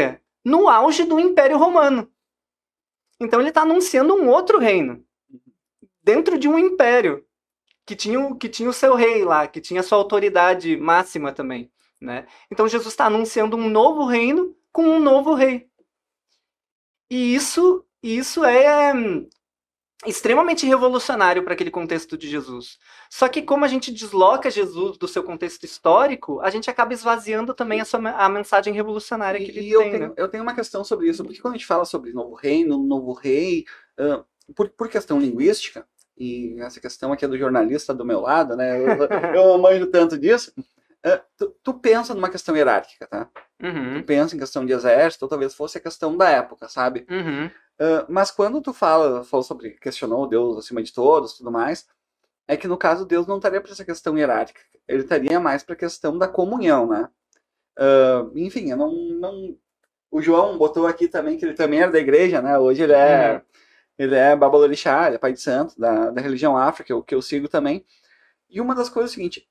no auge do Império Romano. Então ele está anunciando um outro reino, dentro de um império, que tinha o seu rei lá, que tinha a sua autoridade máxima também, né? Então Jesus está anunciando um novo reino com um novo rei. E isso é extremamente revolucionário para aquele contexto de Jesus. Só que como a gente desloca Jesus do seu contexto histórico, a gente acaba esvaziando também a mensagem revolucionária que ele tem. Né? Eu tenho uma questão sobre isso, porque quando a gente fala sobre novo reino, novo rei, por questão linguística, e essa questão aqui é do jornalista do meu lado, né? Eu não manjo tanto disso. Tu pensa numa questão hierárquica, tá? Uhum. Tu pensa em questão de exército, ou talvez fosse a questão da época, sabe? Uhum. Mas quando tu falou sobre, questionou Deus acima de todos, tudo mais, é que no caso Deus não estaria para essa questão hierárquica, ele estaria mais para a questão da comunhão, né? Enfim, eu não... O João botou aqui também que ele também era da igreja, né? Hoje ele é Babalorixá, ele é pai de santo da religião afro, que eu sigo também. E uma das coisas é o seguinte,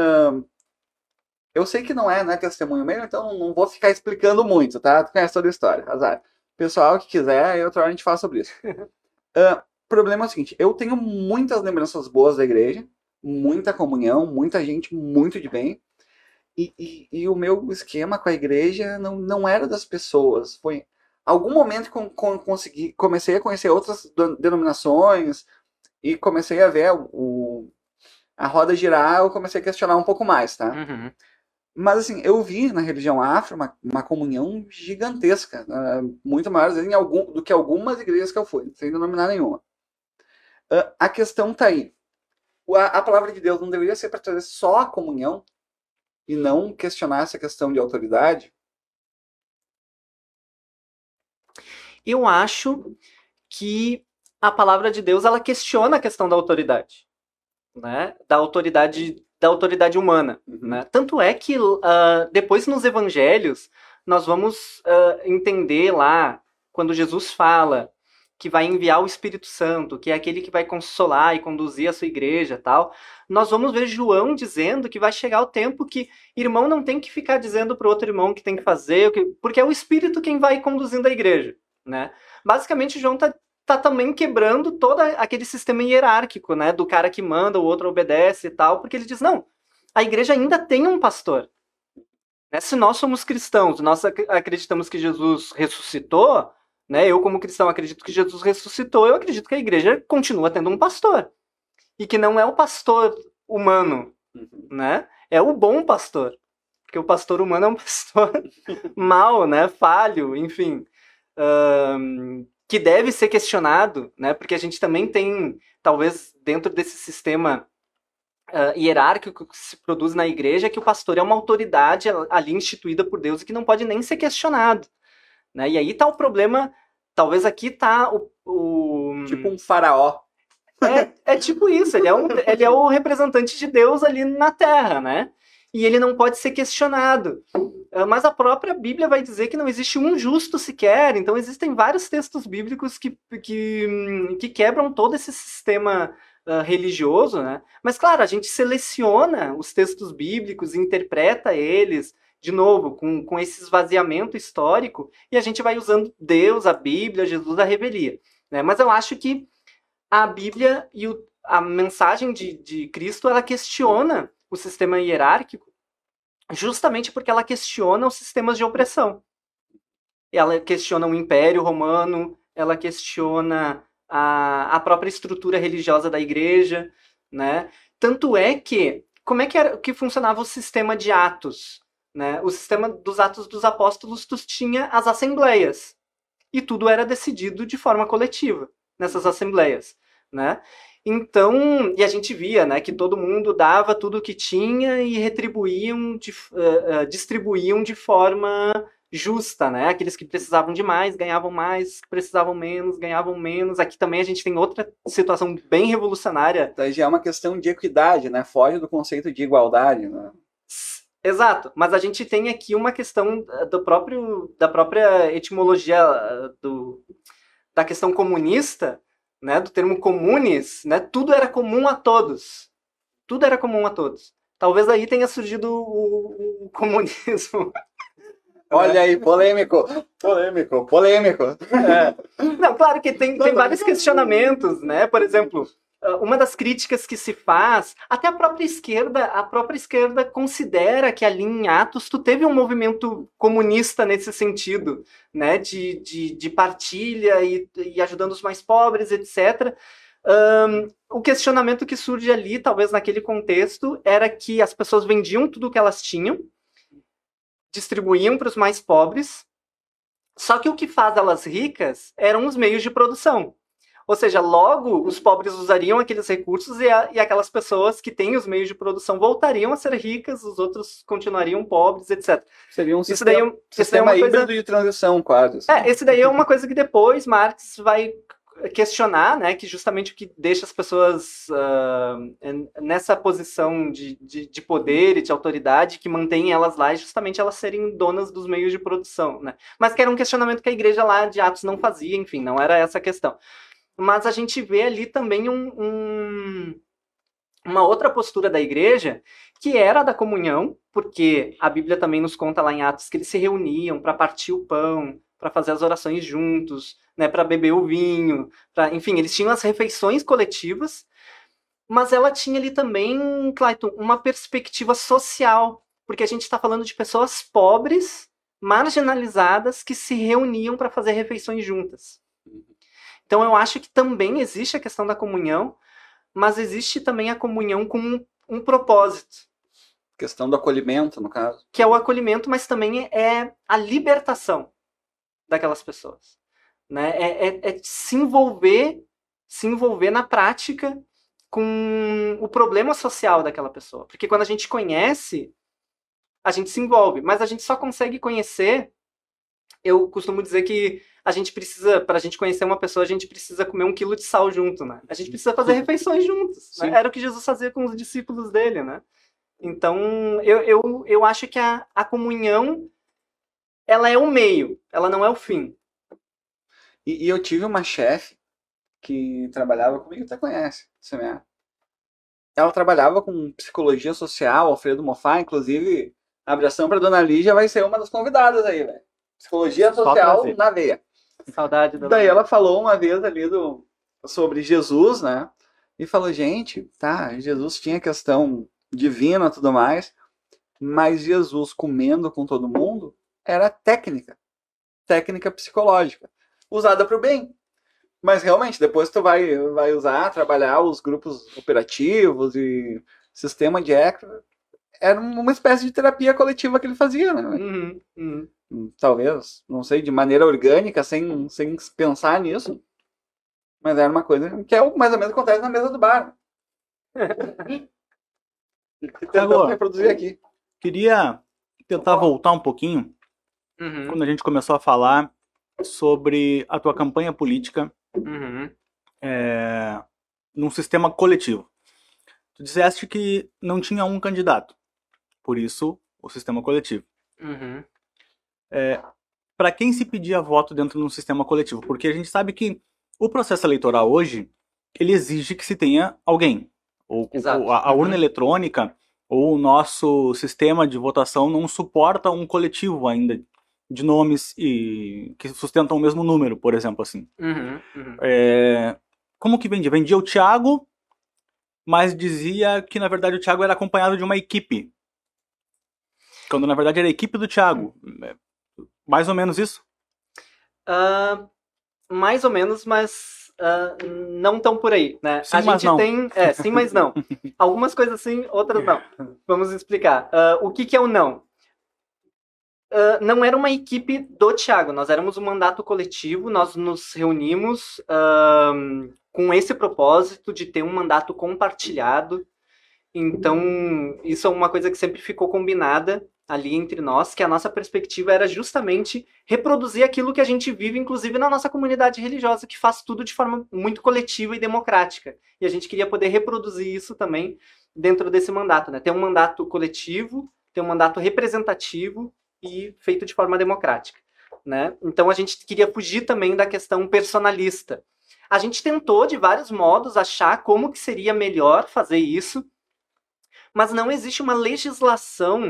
eu sei que não é, né, testemunho meu, então não vou ficar explicando muito, tá? Tu conhece toda a história, azar. Pessoal que quiser, outra hora a gente fala sobre isso. O problema é o seguinte, eu tenho muitas lembranças boas da igreja, muita comunhão, muita gente muito de bem, e o meu esquema com a igreja não era das pessoas. Foi algum momento que comecei a conhecer outras denominações e comecei a ver a roda girar, eu comecei a questionar um pouco mais, tá? Uhum. Mas assim, eu vi na religião afro uma comunhão gigantesca, muito maior do que algumas igrejas que eu fui, sem denominar nenhuma. A questão tá aí. A palavra de Deus não deveria ser para trazer só a comunhão e não questionar essa questão de autoridade? Eu acho que a palavra de Deus ela questiona a questão da autoridade, né? Da autoridade humana. Uhum. Né? Tanto é que depois nos evangelhos nós vamos entender lá quando Jesus fala que vai enviar o Espírito Santo, que é aquele que vai consolar e conduzir a sua igreja, tal. Nós vamos ver João dizendo que vai chegar o tempo que irmão não tem que ficar dizendo para o outro irmão o que tem que fazer, porque é o Espírito quem vai conduzindo a igreja, né? Basicamente João tá também quebrando todo aquele sistema hierárquico, né, do cara que manda, o outro obedece e tal, porque ele diz, não, a igreja ainda tem um pastor. Né? Se nós somos cristãos, nós acreditamos que Jesus ressuscitou, né, eu como cristão acredito que Jesus ressuscitou, eu acredito que a igreja continua tendo um pastor. E que não é o pastor humano, né, é o bom pastor. Porque o pastor humano é um pastor mau, né, falho, enfim... que deve ser questionado, né? Porque a gente também tem, talvez, dentro desse sistema hierárquico que se produz na igreja, que o pastor é uma autoridade ali instituída por Deus e que não pode nem ser questionado. Né? E aí tá o problema, talvez aqui tá Tipo um faraó. É tipo isso, ele é o representante de Deus ali na Terra, né? E ele não pode ser questionado. Mas a própria Bíblia vai dizer que não existe um justo sequer, então existem vários textos bíblicos que quebram todo esse sistema religioso, né? Mas claro, a gente seleciona os textos bíblicos, interpreta eles, de novo, com esse esvaziamento histórico, e a gente vai usando Deus, a Bíblia, Jesus, a revelia. Né? Mas eu acho que a Bíblia e a mensagem de Cristo, ela questiona o sistema hierárquico justamente porque ela questiona os sistemas de opressão. Ela questiona o Império Romano, ela questiona a própria estrutura religiosa da igreja, né? Tanto é que, como é que funcionava o sistema de Atos? Né? O sistema dos Atos dos Apóstolos, tu tinha as assembleias, e tudo era decidido de forma coletiva nessas assembleias, né? Então, e a gente via, né, que todo mundo dava tudo o que tinha e distribuíam de forma justa, né? Aqueles que precisavam de mais, ganhavam mais, precisavam menos, ganhavam menos. Aqui também a gente tem outra situação bem revolucionária. Então já é uma questão de equidade, né? Foge do conceito de igualdade, né? Exato, mas a gente tem aqui uma questão da própria etimologia da questão comunista, né, do termo comunes, né, tudo era comum a todos. Tudo era comum a todos. Talvez aí tenha surgido o comunismo. Olha aí, polêmico. Não, claro que tem vários questionamentos, né? Por exemplo, uma das críticas que se faz, até a própria esquerda considera que ali em Atos tu teve um movimento comunista nesse sentido, né? De partilha e ajudando os mais pobres, etc. O questionamento que surge ali, talvez naquele contexto, era que as pessoas vendiam tudo o que elas tinham, distribuíam para os mais pobres, só que o que faz elas ricas eram os meios de produção. Ou seja, logo os pobres usariam aqueles recursos e aquelas pessoas que têm os meios de produção voltariam a ser ricas, os outros continuariam pobres, etc. Seria um Isso daí é sistema uma coisa... híbrido de transição, quase. Assim. Esse daí é uma coisa que depois Marx vai questionar, né, que justamente o que deixa as pessoas nessa posição de poder e de autoridade, que mantém elas lá, é justamente elas serem donas dos meios de produção, né? Mas que era um questionamento que a igreja lá de Atos não fazia, enfim, não era essa a questão. Mas a gente vê ali também uma outra postura da igreja, que era a da comunhão, porque a Bíblia também nos conta lá em Atos que eles se reuniam para partir o pão, para fazer as orações juntos, né, para beber o vinho, enfim, eles tinham as refeições coletivas, mas ela tinha ali também, Clayton, uma perspectiva social, porque a gente está falando de pessoas pobres, marginalizadas, que se reuniam para fazer refeições juntas. Então eu acho que também existe a questão da comunhão, mas existe também a comunhão com um propósito. Questão do acolhimento, no caso. Que é o acolhimento, mas também é a libertação daquelas pessoas. Né? É se envolver na prática com o problema social daquela pessoa. Porque quando a gente conhece, a gente se envolve. Mas a gente só consegue conhecer... Eu costumo dizer que a gente precisa, para a gente conhecer uma pessoa, a gente precisa comer 1 quilo de sal junto, né? A gente precisa fazer refeições juntos. Né? Era o que Jesus fazia com os discípulos dele, né? Então, eu acho que a comunhão, ela é o meio, ela não é o fim. E eu tive uma chefe que trabalhava comigo, até conhece, CMA. Ela trabalhava com psicologia social, Alfredo Moffat, inclusive, a abração para Dona Lígia vai ser uma das convidadas aí, velho. Psicologia social na veia. Saudade da Daí ela falou uma vez ali sobre Jesus, né? E falou, gente, tá, Jesus tinha questão divina e tudo mais, mas Jesus comendo com todo mundo era técnica psicológica, usada para o bem. Mas realmente, depois tu vai trabalhar os grupos operativos e sistema de ética, era uma espécie de terapia coletiva que ele fazia, né? Talvez, não sei, de maneira orgânica, sem pensar nisso. Mas era uma coisa que é mais ou menos acontece na mesa do bar. Tentando reproduzir aqui. Queria tentar voltar um pouquinho quando a gente começou a falar sobre a tua campanha política num sistema coletivo. Tu disseste que não tinha um candidato, por isso o sistema coletivo. Para quem se pedia voto dentro de um sistema coletivo? Porque a gente sabe que o processo eleitoral hoje, ele exige que se tenha alguém. Ou a urna eletrônica, ou o nosso sistema de votação não suporta um coletivo ainda de nomes que sustentam o mesmo número, por exemplo, assim. Como que vendia? Vendia o Thiago, mas dizia que, na verdade, o Thiago era acompanhado de uma equipe. Quando, na verdade, era a equipe do Thiago. Mais ou menos isso? Mais ou menos, mas não tão por aí, né? Sim, mas não. Sim, mas não. Algumas coisas sim, outras não. Vamos explicar. O que é o não? Não era uma equipe do Thiago, nós éramos um mandato coletivo, nós nos reunimos com esse propósito de ter um mandato compartilhado. Então, isso é uma coisa que sempre ficou combinada ali entre nós, que a nossa perspectiva era justamente reproduzir aquilo que a gente vive, inclusive na nossa comunidade religiosa, que faz tudo de forma muito coletiva e democrática. E a gente queria poder reproduzir isso também dentro desse mandato, né? Ter um mandato coletivo, ter um mandato representativo e feito de forma democrática, né? Então a gente queria fugir também da questão personalista. A gente tentou de vários modos achar como que seria melhor fazer isso, mas não existe uma legislação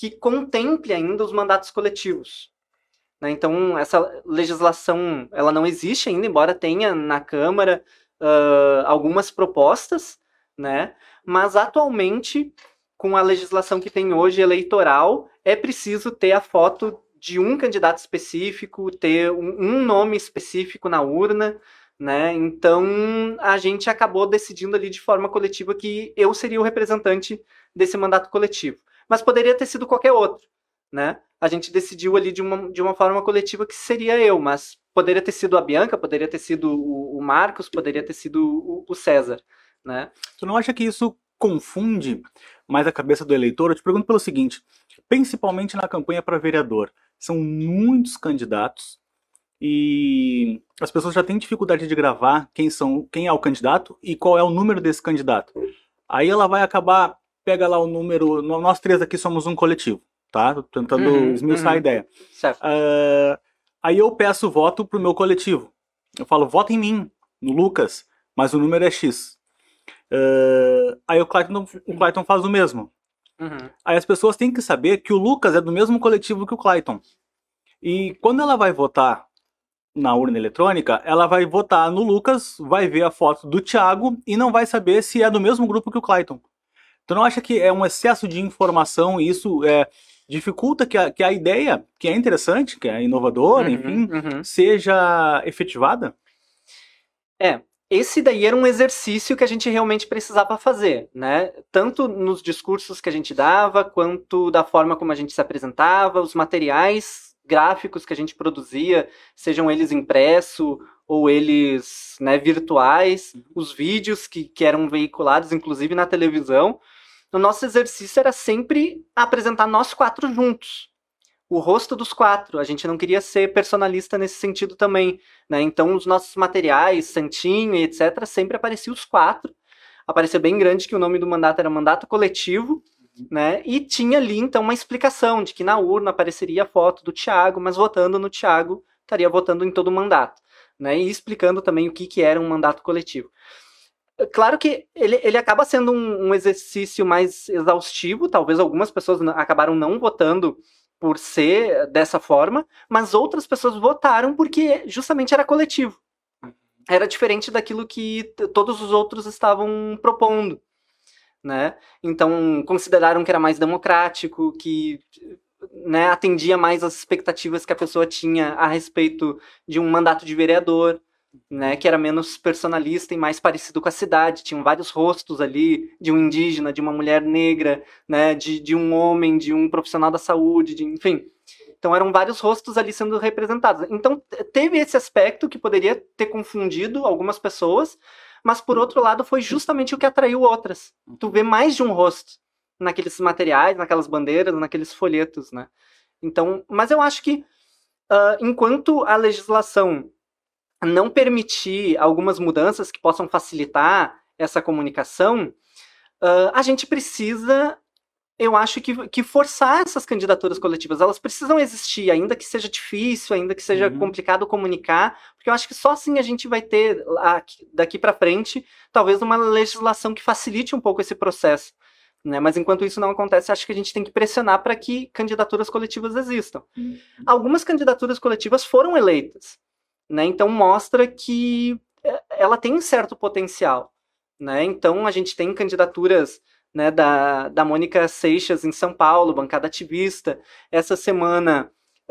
que contemple ainda os mandatos coletivos. Né? Então, essa legislação ela não existe ainda, embora tenha na Câmara algumas propostas, né? Mas atualmente, com a legislação que tem hoje eleitoral, é preciso ter a foto de um candidato específico, ter um nome específico na urna, né? Então, a gente acabou decidindo ali de forma coletiva que eu seria o representante desse mandato coletivo. Mas poderia ter sido qualquer outro, né? A gente decidiu ali de uma forma coletiva que seria eu, mas poderia ter sido a Bianca, poderia ter sido o Marcos, poderia ter sido o César, né? Tu não acha que isso confunde mais a cabeça do eleitor? Eu te pergunto pelo seguinte, principalmente na campanha para vereador, são muitos candidatos e as pessoas já têm dificuldade de gravar quem é o candidato e qual é o número desse candidato. Aí ela vai acabar, pega lá o número, nós três aqui somos um coletivo, tá? Tô tentando esmiuçar a ideia. Certo. Aí eu peço voto pro meu coletivo. Eu falo, vota em mim, no Lucas, mas o número é X. Aí o Clayton faz o mesmo. Aí as pessoas têm que saber que o Lucas é do mesmo coletivo que o Clayton. E quando ela vai votar na urna eletrônica, ela vai votar no Lucas, vai ver a foto do Thiago e não vai saber se é do mesmo grupo que o Clayton. Tu não acha que é um excesso de informação e isso dificulta que a ideia, que é interessante, que é inovadora, enfim, seja efetivada? Esse daí era um exercício que a gente realmente precisava fazer, né? Tanto nos discursos que a gente dava, quanto da forma como a gente se apresentava, os materiais gráficos que a gente produzia, sejam eles impresso ou eles, né, virtuais, os vídeos que eram veiculados, inclusive na televisão. O nosso exercício era sempre apresentar nós quatro juntos. O rosto dos quatro. A gente não queria ser personalista nesse sentido também, né? Então, os nossos materiais, santinho e etc., sempre apareciam os quatro. Aparecia bem grande que o nome do mandato era mandato coletivo, né? E tinha ali, então, uma explicação de que na urna apareceria a foto do Thiago, mas votando no Thiago, estaria votando em todo o mandato, né? E explicando também o que era um mandato coletivo. Claro que ele acaba sendo um exercício mais exaustivo, talvez algumas pessoas acabaram não votando por ser dessa forma, mas outras pessoas votaram porque justamente era coletivo. Era diferente daquilo que todos os outros estavam propondo, né? Então, consideraram que era mais democrático, que, né, atendia mais às expectativas que a pessoa tinha a respeito de um mandato de vereador, né, que era menos personalista e mais parecido com a cidade. Tinham vários rostos ali, de um indígena, de uma mulher negra, né, de um homem, de um profissional da saúde, enfim. Então eram vários rostos ali sendo representados. Então teve esse aspecto que poderia ter confundido algumas pessoas, mas por outro lado foi justamente o que atraiu outras. Tu vê mais de um rosto naqueles materiais, naquelas bandeiras, naqueles folhetos, né? Então, mas eu acho que enquanto a legislação não permitir algumas mudanças que possam facilitar essa comunicação, a gente precisa, eu acho que forçar essas candidaturas coletivas. Elas precisam existir, ainda que seja difícil, ainda que seja complicado comunicar, porque eu acho que só assim a gente vai ter, daqui para frente, talvez uma legislação que facilite um pouco esse processo. Né? Mas enquanto isso não acontece, acho que a gente tem que pressionar para que candidaturas coletivas existam. Algumas candidaturas coletivas foram eleitas, né? Então mostra que ela tem um certo potencial, né? Então a gente tem candidaturas, né, da Mônica Seixas em São Paulo, bancada ativista. Essa semana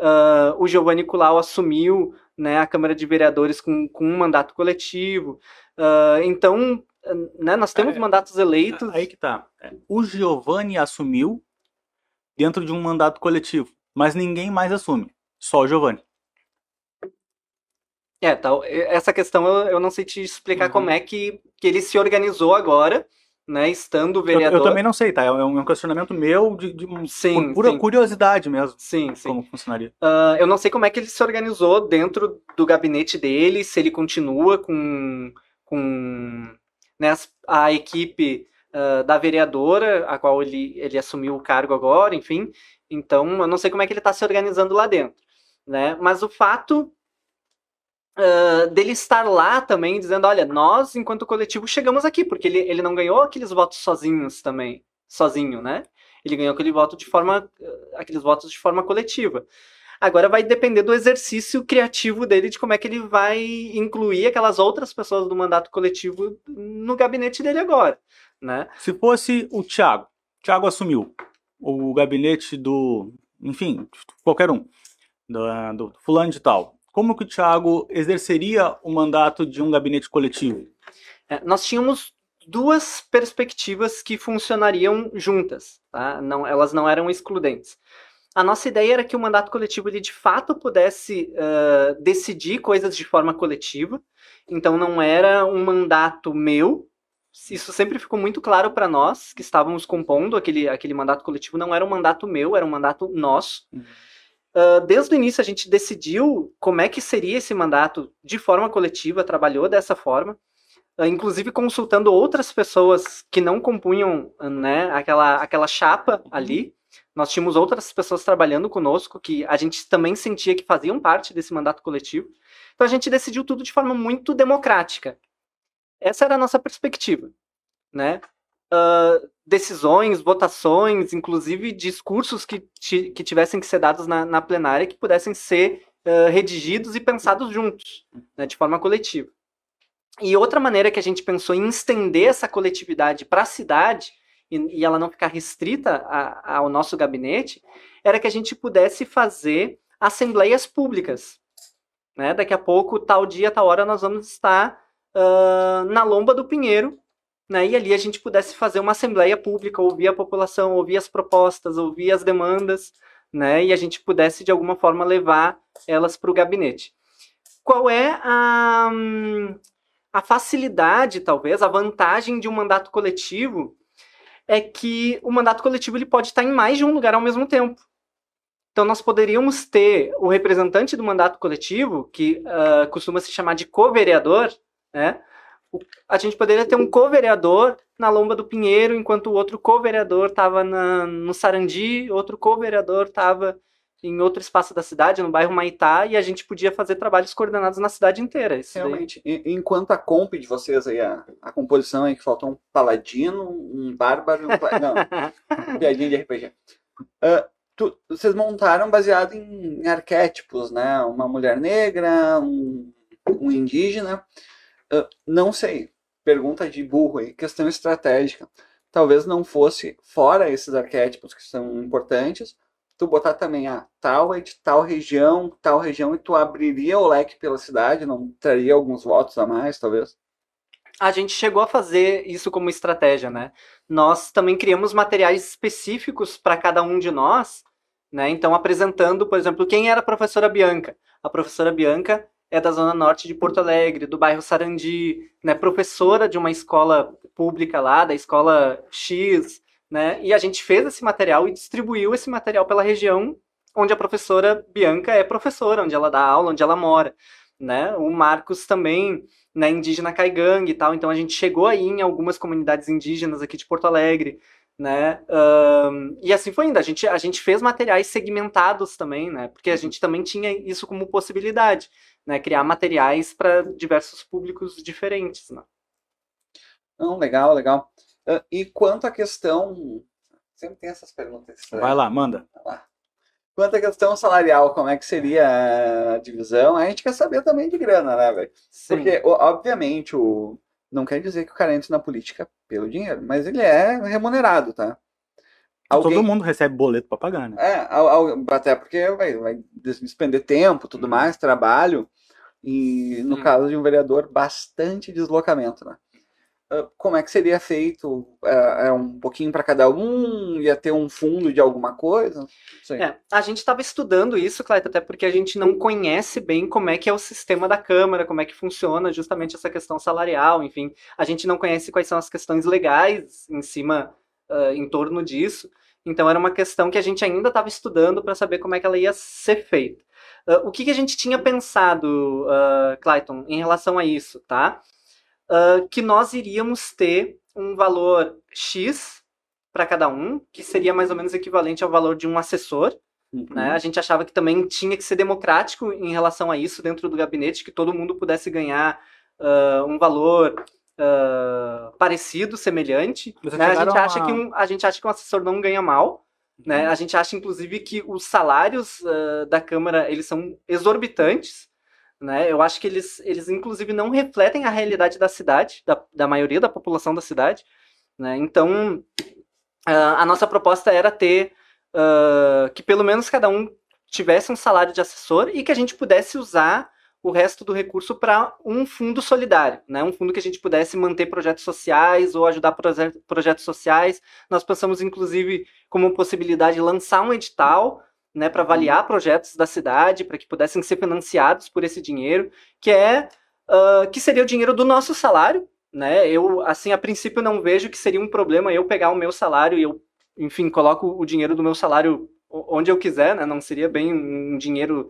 o Giovanni Kulau assumiu, né, a Câmara de Vereadores com um mandato coletivo. Então, né, nós temos mandatos eleitos. Aí que tá. O Giovanni assumiu dentro de um mandato coletivo, mas ninguém mais assume, só o Giovanni. Essa questão eu não sei te explicar como é que ele se organizou agora, né, estando vereador. Eu também não sei, tá? É um questionamento meu por pura curiosidade mesmo. Sim. Como funcionaria. Eu não sei como é que ele se organizou dentro do gabinete dele, se ele continua com né, a equipe da vereadora, a qual ele assumiu o cargo agora, enfim. Então, eu não sei como é que ele está se organizando lá dentro, né? Mas o fato dele estar lá também, dizendo, olha, nós, enquanto coletivo, chegamos aqui, porque ele não ganhou aqueles votos sozinho, né? Ele ganhou aqueles votos de forma coletiva. Agora vai depender do exercício criativo dele, de como é que ele vai incluir aquelas outras pessoas do mandato coletivo no gabinete dele agora, né? Se fosse o Thiago assumiu o gabinete do, enfim, qualquer um, do fulano de tal. Como que o Thiago exerceria o mandato de um gabinete coletivo? Nós tínhamos duas perspectivas que funcionariam juntas, tá? Elas não eram excludentes. A nossa ideia era que o mandato coletivo ele de fato pudesse decidir coisas de forma coletiva, então não era um mandato meu. Isso sempre ficou muito claro para nós que estávamos compondo aquele mandato coletivo, não era um mandato meu, era um mandato nosso. Desde o início a gente decidiu como é que seria esse mandato de forma coletiva, trabalhou dessa forma, inclusive consultando outras pessoas que não compunham, né, aquela chapa ali. Nós tínhamos outras pessoas trabalhando conosco que a gente também sentia que faziam parte desse mandato coletivo. Então a gente decidiu tudo de forma muito democrática. Essa era a nossa perspectiva, né? Decisões, votações, inclusive discursos que tivessem que ser dados na plenária que pudessem ser redigidos e pensados juntos, né, de forma coletiva. E outra maneira que a gente pensou em estender essa coletividade para a cidade e ela não ficar restrita ao nosso gabinete, era que a gente pudesse fazer assembleias públicas. Né? Daqui a pouco, tal dia, tal hora, nós vamos estar na Lomba do Pinheiro, né? E ali a gente pudesse fazer uma assembleia pública, ouvir a população, ouvir as propostas, ouvir as demandas, né? E a gente pudesse, de alguma forma, levar elas para o gabinete. Qual é a facilidade, talvez, a vantagem de um mandato coletivo é que o mandato coletivo ele pode estar em mais de um lugar ao mesmo tempo. Então, nós poderíamos ter o representante do mandato coletivo, que costuma se chamar de co-vereador, né? A gente poderia ter um co-vereador na Lomba do Pinheiro, enquanto o outro co-vereador estava no Sarandi, outro co-vereador estava em outro espaço da cidade, no bairro Maitá, e a gente podia fazer trabalhos coordenados na cidade inteira. Realmente, enquanto a comp de vocês aí, a composição aí que faltou um paladino, um bárbaro, não, piadinha de RPG. Vocês montaram baseado em arquétipos, né? Uma mulher negra, um indígena. Não sei, pergunta de burro aí, questão estratégica. Talvez não fosse, fora esses arquétipos que são importantes, tu botar também tal é de tal região, e tu abriria o leque pela cidade, não traria alguns votos a mais, talvez? A gente chegou a fazer isso como estratégia, né? Nós também criamos materiais específicos para cada um de nós, né? Então, apresentando, por exemplo, quem era a professora Bianca. A professora Bianca é da Zona Norte de Porto Alegre, do bairro Sarandi, né? Professora de uma escola pública lá, da escola X, né? E a gente fez esse material e distribuiu esse material pela região onde a professora Bianca é professora, onde ela dá aula, onde ela mora, né? O Marcos também, né, indígena caigangue e tal, então a gente chegou aí em algumas comunidades indígenas aqui de Porto Alegre, né? E assim foi indo, a gente fez materiais segmentados também, né? Porque a gente também tinha isso como possibilidade, né? Criar materiais para diversos públicos diferentes, né? Não, legal, legal. E quanto à questão... Sempre tem essas perguntas. Vai lá, manda. Vai lá. Quanto à questão salarial, como é que seria a divisão? A gente quer saber também de grana, né, velho? Porque, obviamente, não quer dizer que o cara entre na política pelo dinheiro, mas ele é remunerado, tá? Todo mundo recebe boleto pra pagar, né? Até porque vai despender tempo, tudo mais, trabalho, e no caso de um vereador, bastante deslocamento, né? Como é que seria feito? Um pouquinho para cada um? Ia ter um fundo de alguma coisa? A gente estava estudando isso, Clayton, até porque a gente não conhece bem como é que é o sistema da Câmara, como é que funciona justamente essa questão salarial, enfim. A gente não conhece quais são as questões legais em torno disso. Então era uma questão que a gente ainda estava estudando para saber como é que ela ia ser feita. O que a gente tinha pensado, Clayton, em relação a isso, tá? Que nós iríamos ter um valor X para cada um, que seria mais ou menos equivalente ao valor de um assessor. Né? A gente achava que também tinha que ser democrático em relação a isso dentro do gabinete, que todo mundo pudesse ganhar um valor parecido, semelhante. Vocês Né? chegaram A gente acha que um assessor não ganha mal. Né? A gente acha, inclusive, que os salários da Câmara eles são exorbitantes. Né? Eu acho que eles, inclusive, não refletem a realidade da cidade, da maioria da população da cidade. Né? Então, a nossa proposta era ter que pelo menos cada um tivesse um salário de assessor e que a gente pudesse usar o resto do recurso para um fundo solidário, né? Um fundo que a gente pudesse manter projetos sociais ou ajudar projetos sociais. Nós pensamos, inclusive, como possibilidade de lançar um edital, né, para avaliar projetos da cidade, para que pudessem ser financiados por esse dinheiro, que seria o dinheiro do nosso salário, né? Eu, assim, a princípio não vejo que seria um problema eu pegar o meu salário e eu, enfim, coloco o dinheiro do meu salário onde eu quiser, né? Não seria bem um dinheiro,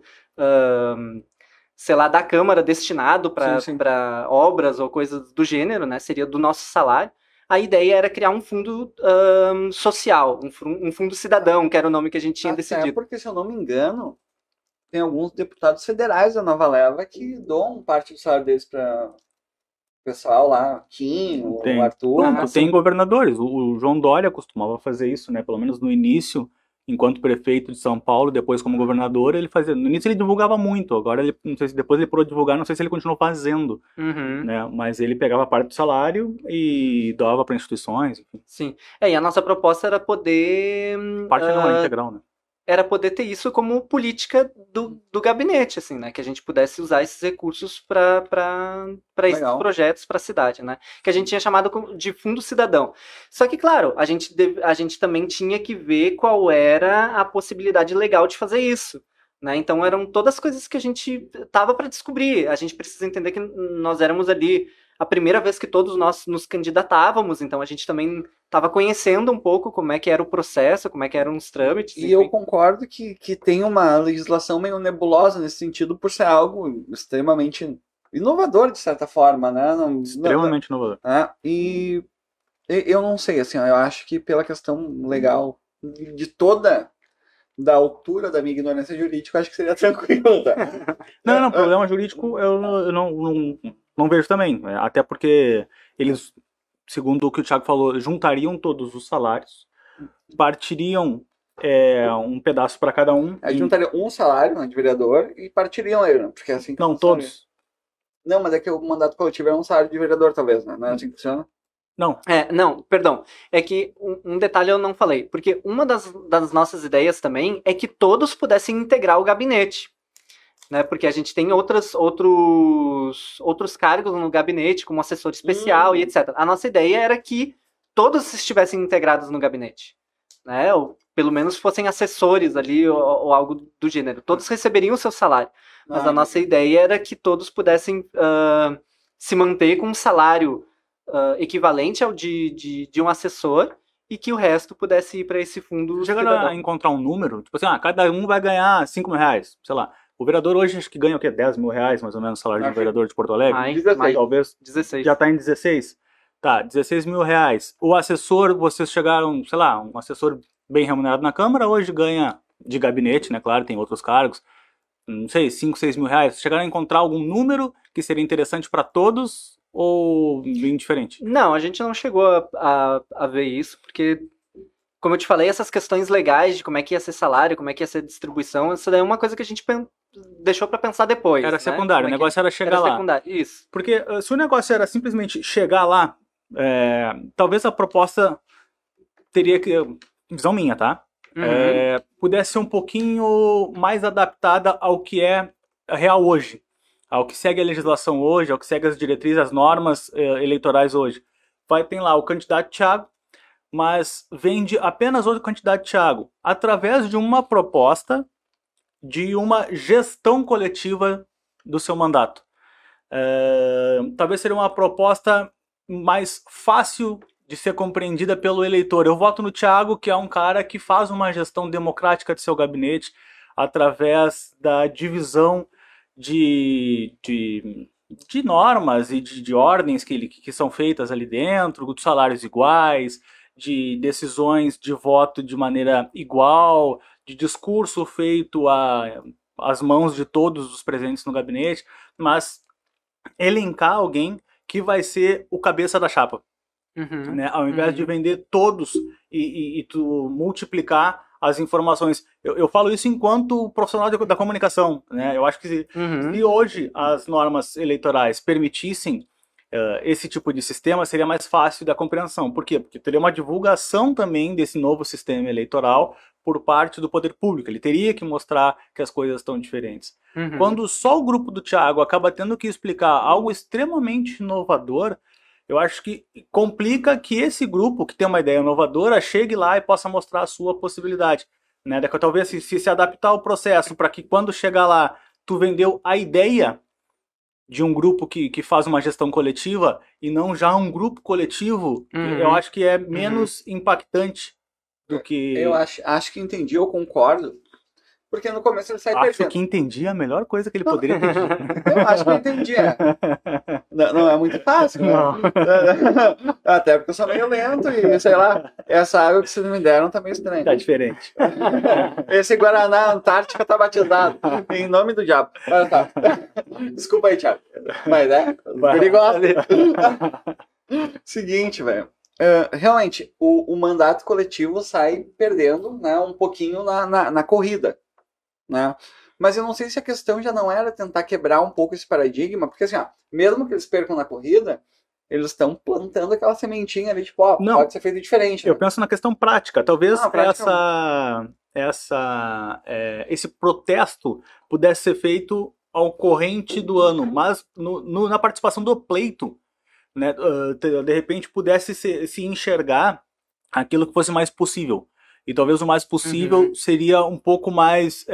sei lá, da Câmara destinado para obras ou coisas do gênero, né? Seria do nosso salário. A ideia era criar um fundo social, um fundo cidadão, que era o nome que a gente tinha decidido. Porque, se eu não me engano, tem alguns deputados federais da Nova Leva que doam parte do salário deles para o pessoal lá, Kim, o Arthur. Tem governadores. O João Dória costumava fazer isso, né? Pelo menos no início, enquanto prefeito de São Paulo, depois como governador, ele fazia. No início ele divulgava muito, agora ele, não sei se depois ele parou de divulgar, não sei se ele continuou fazendo, né? Mas ele pegava parte do salário e doava para instituições, enfim. Sim. E a nossa proposta era poder parte não era integral, né? Era poder ter isso como política do gabinete, assim, né? Que a gente pudesse usar esses recursos para esses projetos para a cidade, né? Que a gente tinha chamado de Fundo Cidadão. Só que, claro, a gente também tinha que ver qual era a possibilidade legal de fazer isso. Né? Então eram todas coisas que a gente tava para descobrir. A gente precisa entender que nós éramos ali a primeira vez que todos nós nos candidatávamos, então a gente também estava conhecendo um pouco como é que era o processo, como é que eram os trâmites. E eu concordo que tem uma legislação meio nebulosa nesse sentido, por ser algo extremamente inovador, de certa forma, né? Extremamente inovador. E eu não sei, assim, eu acho que pela questão legal de toda da altura da minha ignorância jurídica, eu acho que seria tranquilo, tá? Não, problema jurídico eu não vejo também, até porque eles, segundo o que o Thiago falou, juntariam todos os salários, partiriam um pedaço para cada um. Aí juntariam um salário, né, de vereador e partiriam ele, né? Porque é assim que não, todos. Não, mas é que o mandato coletivo é um salário de vereador, talvez, né? Não é assim que funciona? Não. Não, perdão. É que um detalhe eu não falei. Porque uma das nossas ideias também é que todos pudessem integrar o gabinete. Né? Porque a gente tem outros cargos no gabinete, como assessor especial e etc. A nossa ideia era que todos estivessem integrados no gabinete. Né? Ou pelo menos fossem assessores ali ou algo do gênero. Todos receberiam o seu salário. Mas a nossa ideia era que todos pudessem se manter com um salário equivalente ao de um assessor e que o resto pudesse ir para esse fundo. Chegaram a encontrar um número, tipo assim, cada um vai ganhar 5 mil reais, sei lá. O vereador hoje acho que ganha o quê? 10 mil reais, mais ou menos, o salário de um vereador de Porto Alegre? Talvez 16. Já está em 16? Tá, 16 mil reais. O assessor, vocês chegaram, sei lá, um assessor bem remunerado na Câmara, hoje ganha de gabinete, né, claro, tem outros cargos, não sei, 5, 6 mil reais. Chegaram a encontrar algum número que seria interessante para todos ou bem diferente? Não, a gente não chegou a ver isso, porque, como eu te falei, essas questões legais de como é que ia ser salário, como é que ia ser distribuição, isso daí é uma coisa que a gente deixou para pensar depois. Era secundário, o negócio era chegar lá. Secundário, isso. Porque se o negócio era simplesmente chegar lá, talvez a proposta teria que, visão minha, tá? Pudesse ser um pouquinho mais adaptada ao que é real hoje, ao que segue a legislação hoje, ao que segue as diretrizes, as normas eleitorais hoje. Tem lá o candidato Thiago, mas vende apenas outro candidato Thiago, através de uma proposta de uma gestão coletiva do seu mandato. Talvez seria uma proposta mais fácil de ser compreendida pelo eleitor. Eu voto no Thiago, que é um cara que faz uma gestão democrática de seu gabinete através da divisão de normas e de ordens que são feitas ali dentro, de salários iguais, de decisões de voto de maneira igual, de discurso feito às mãos de todos os presentes no gabinete, mas elencar alguém que vai ser o cabeça da chapa. Uhum. Né? Ao invés de vender todos e tu multiplicar as informações. Eu falo isso enquanto profissional da comunicação. Né? Eu acho que se hoje as normas eleitorais permitissem esse tipo de sistema, seria mais fácil da compreensão. Por quê? Porque teria uma divulgação também desse novo sistema eleitoral por parte do poder público. Ele teria que mostrar que as coisas estão diferentes. Quando só o grupo do Thiago acaba tendo que explicar algo extremamente inovador, eu acho que complica que esse grupo, que tem uma ideia inovadora, chegue lá e possa mostrar a sua possibilidade. Né? Talvez se adaptar ao processo para que quando chegar lá, tu vendeu a ideia de um grupo que faz uma gestão coletiva e não já um grupo coletivo, eu acho que é menos impactante do que... Eu acho que entendi, eu concordo. Porque no começo ele sai perdendo. Acho que entendi a melhor coisa que ele poderia ter dito. Eu acho que eu entendi, Não é muito fácil, né? Até porque eu sou meio lento e, sei lá, essa água que vocês me deram tá meio estranha. Tá diferente. Esse Guaraná Antártica tá batizado. Em nome do diabo. Mas tá. Desculpa aí, Thiago. Mas perigoso. Seguinte, velho. Realmente, o mandato coletivo sai perdendo, né, um pouquinho na corrida. Né? Mas eu não sei se a questão já não era tentar quebrar um pouco esse paradigma, porque assim, mesmo que eles percam na corrida, eles estão plantando aquela sementinha ali, tipo, pode ser feito diferente. Né? Eu penso na questão prática. Talvez esse protesto pudesse ser feito ao corrente do ano, mas na participação do pleito, né, de repente pudesse se enxergar aquilo que fosse mais possível. E talvez o mais possível seria um pouco mais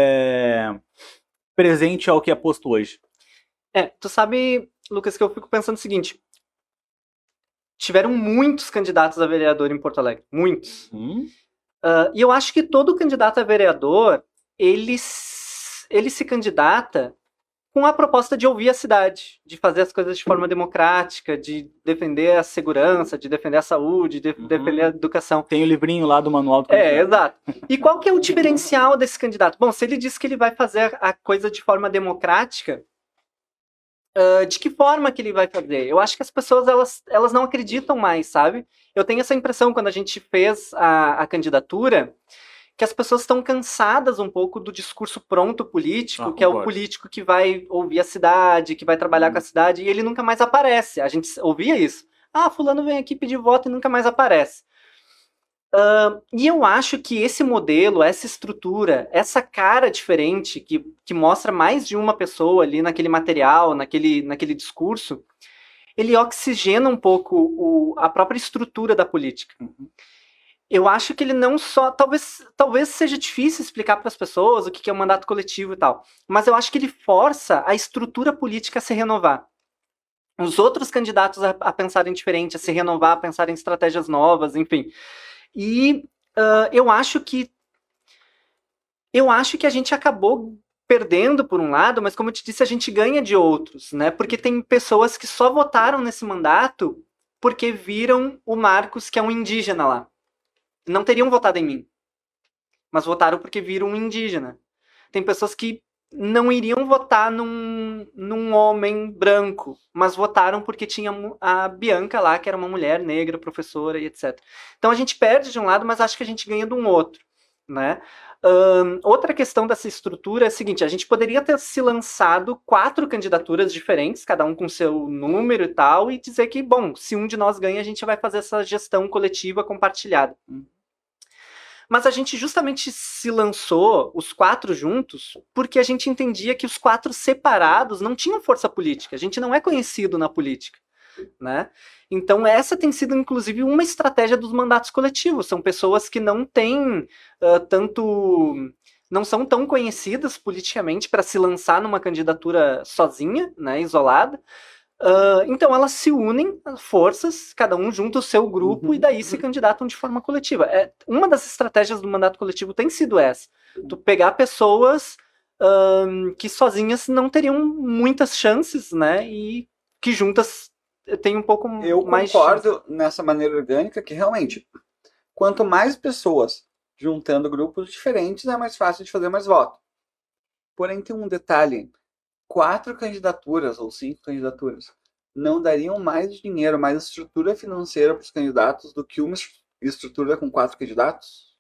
presente ao que é posto hoje. Tu sabe, Lucas, que eu fico pensando o seguinte. Tiveram muitos candidatos a vereador em Porto Alegre. Muitos. E eu acho que todo candidato a vereador, ele se candidata com a proposta de ouvir a cidade, de fazer as coisas de forma democrática, de defender a segurança, de defender a saúde, de defender a educação. Tem o livrinho lá do manual do candidato. Exato. E qual que é o diferencial desse candidato? Bom, se ele diz que ele vai fazer a coisa de forma democrática, de que forma que ele vai fazer? Eu acho que as pessoas, elas não acreditam mais, sabe? Eu tenho essa impressão, quando a gente fez a candidatura, que as pessoas estão cansadas um pouco do discurso pronto político, que é o político que vai ouvir a cidade, que vai trabalhar com a cidade, e ele nunca mais aparece. A gente ouvia isso. Fulano vem aqui pedir voto e nunca mais aparece. E eu acho que esse modelo, essa estrutura, essa cara diferente, que mostra mais de uma pessoa ali naquele material, naquele discurso, ele oxigena um pouco a própria estrutura da política. Eu acho que ele não só... Talvez seja difícil explicar para as pessoas o que é um mandato coletivo e tal, mas eu acho que ele força a estrutura política a se renovar. Os outros candidatos a pensarem diferente, a se renovar, a pensar em estratégias novas, enfim. E eu acho que a gente acabou perdendo por um lado, mas como eu te disse, a gente ganha de outros, né? Porque tem pessoas que só votaram nesse mandato porque viram o Marcos, que é um indígena lá. Não teriam votado em mim, mas votaram porque viram um indígena. Tem pessoas que não iriam votar num homem branco, mas votaram porque tinha a Bianca lá, que era uma mulher negra, professora e etc. Então a gente perde de um lado, mas acho que a gente ganha de um outro, né? Outra questão dessa estrutura é a seguinte: a gente poderia ter se lançado 4 candidaturas diferentes, cada um com seu número e tal, e dizer que, bom, se um de nós ganha, a gente vai fazer essa gestão coletiva compartilhada. Mas a gente justamente se lançou, os 4 juntos, porque a gente entendia que os 4 separados não tinham força política. A gente não é conhecido na política, né? Então essa tem sido, inclusive, uma estratégia dos mandatos coletivos. São pessoas que não têm não são tão conhecidas politicamente para se lançar numa candidatura sozinha, né, isolada. Então elas se unem, forças, cada um junta o seu grupo e daí se candidatam de forma coletiva. Uma das estratégias do mandato coletivo tem sido essa. Tu pegar pessoas que sozinhas não teriam muitas chances, né? E que juntas tem um pouco mais... Eu concordo nessa maneira orgânica que realmente, quanto mais pessoas juntando grupos diferentes, é mais fácil de fazer mais voto. Porém tem um detalhe: 4 candidaturas ou 5 candidaturas não dariam mais dinheiro, mais estrutura financeira para os candidatos do que uma estrutura com 4 candidatos?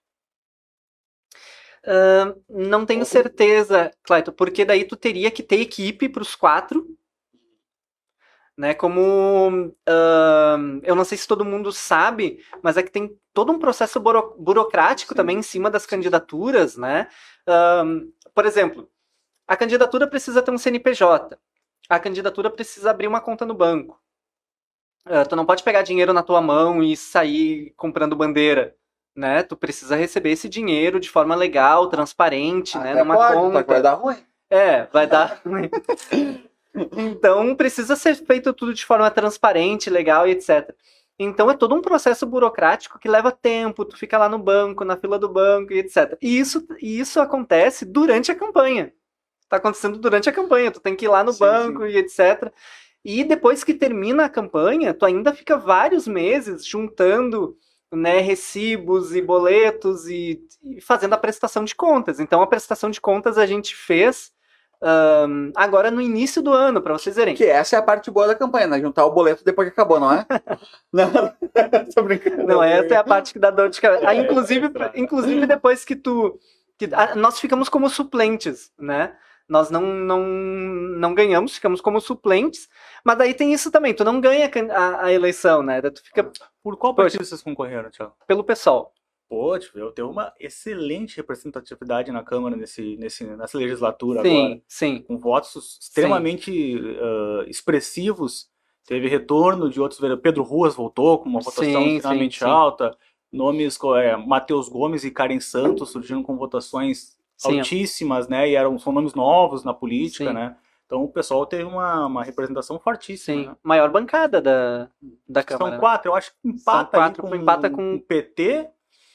Não tenho certeza, Clayton, porque daí tu teria que ter equipe para os 4, né? Como eu não sei se todo mundo sabe, mas é que tem todo um processo burocrático também em cima das candidaturas, né? Por exemplo, a candidatura precisa ter um CNPJ, a candidatura precisa abrir uma conta no banco. Tu não pode pegar dinheiro na tua mão e sair comprando bandeira, né? Tu precisa receber esse dinheiro de forma legal, transparente, né? Até Numa pode, conta. só que vai dar ruim. Vai dar ruim. Então precisa ser feito tudo de forma transparente, legal e etc. Então é todo um processo burocrático que leva tempo, tu fica lá no banco, na fila do banco e etc. E isso acontece durante a campanha. Tá acontecendo durante a campanha, tu tem que ir lá no banco e etc. E depois que termina a campanha, tu ainda fica vários meses juntando, né, recibos e boletos e fazendo a prestação de contas. Então a prestação de contas a gente fez agora no início do ano, para vocês verem. Que essa é a parte boa da campanha, né? Juntar o boleto depois que acabou, não é? Não, tô brincando. Não, essa é a parte que dá dor de cabeça. Inclusive depois que nós ficamos como suplentes, né? Nós não ganhamos, ficamos como suplentes, mas daí tem isso também, tu não ganha a eleição, né? Tu fica... Por qual partido vocês concorreram, Thiago? Pelo PSOL. Pô, eu tenho uma excelente representatividade na Câmara nessa legislatura sim, agora. Sim. Com votos extremamente expressivos. Teve retorno de outros vereadores. Pedro Ruas voltou com uma votação extremamente alta. Nomes Matheus Gomes e Karen Santos surgiram com votações altíssimas, né? E são nomes novos na política, né? Então o pessoal teve uma representação fortíssima. Né? Maior bancada da Câmara. São 4, eu acho que empata com o PT.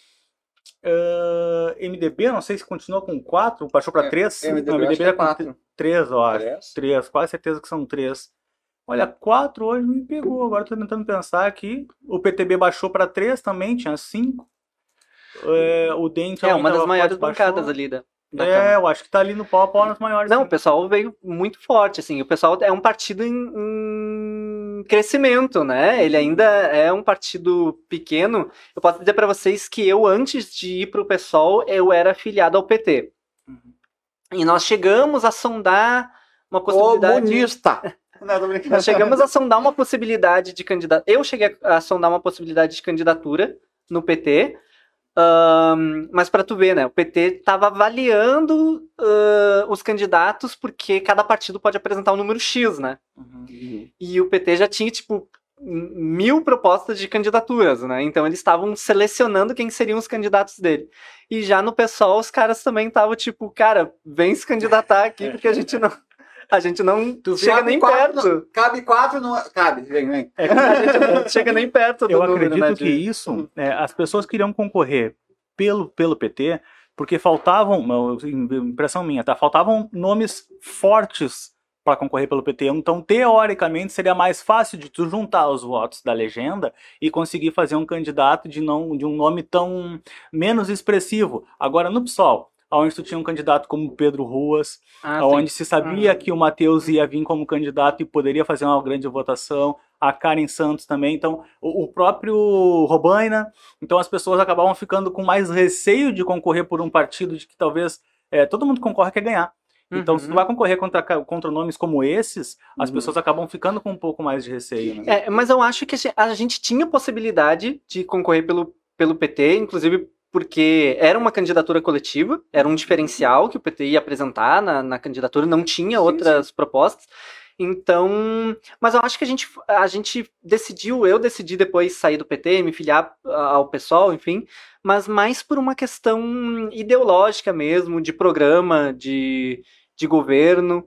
MDB, não sei se continua com 4, baixou para 3. MDB é 4. 3, eu acho. 3, quase certeza que são 3. Olha, 4 hoje me pegou. Agora estou tentando pensar aqui. O PTB baixou para 3 também, tinha 5. O DEM uma das maiores bancadas ali da eu acho que tá ali no pau a pau nas maiores. Não, o pessoal veio muito forte, assim. O pessoal é um partido em crescimento, né? Ele ainda é um partido pequeno. Eu posso dizer para vocês que eu, antes de ir pro PSOL, eu era afiliado ao PT. E nós chegamos a sondar uma possibilidade... Comunista! Nós chegamos a sondar uma possibilidade de candidatura. Eu cheguei a sondar uma possibilidade de candidatura no PT... mas para tu ver, né? O PT estava avaliando os candidatos porque cada partido pode apresentar um número X, né? E o PT já tinha, tipo, 1000 propostas de candidaturas, né? Então eles estavam selecionando quem seriam os candidatos dele. E já no PSOL os caras também estavam, tipo, cara, vem se candidatar aqui porque a gente não chega nem perto. Cabe 4, não cabe, vem. A gente não chega nem perto do número, acredito, né, que isso, as pessoas queriam concorrer pelo PT, porque faltavam, impressão minha, tá? Faltavam nomes fortes para concorrer pelo PT. Então, teoricamente, seria mais fácil de tu juntar os votos da legenda e conseguir fazer um candidato de um nome tão menos expressivo. Agora, no PSOL, onde tu tinha um candidato como Pedro Ruas, onde se sabia que o Matheus ia vir como candidato e poderia fazer uma grande votação, a Karen Santos também, então o próprio Robaina, então as pessoas acabavam ficando com mais receio de concorrer por um partido de que talvez todo mundo concorre quer ganhar. Então, se tu vai concorrer contra nomes como esses, as pessoas acabam ficando com um pouco mais de receio. Né? Mas eu acho que a gente tinha possibilidade de concorrer pelo PT, inclusive porque era uma candidatura coletiva, era um diferencial que o PT ia apresentar na candidatura, não tinha outras propostas. Então, mas eu acho que a gente decidiu, eu decidi depois sair do PT, me filiar ao PSOL, enfim, mas mais por uma questão ideológica mesmo, de programa, de governo.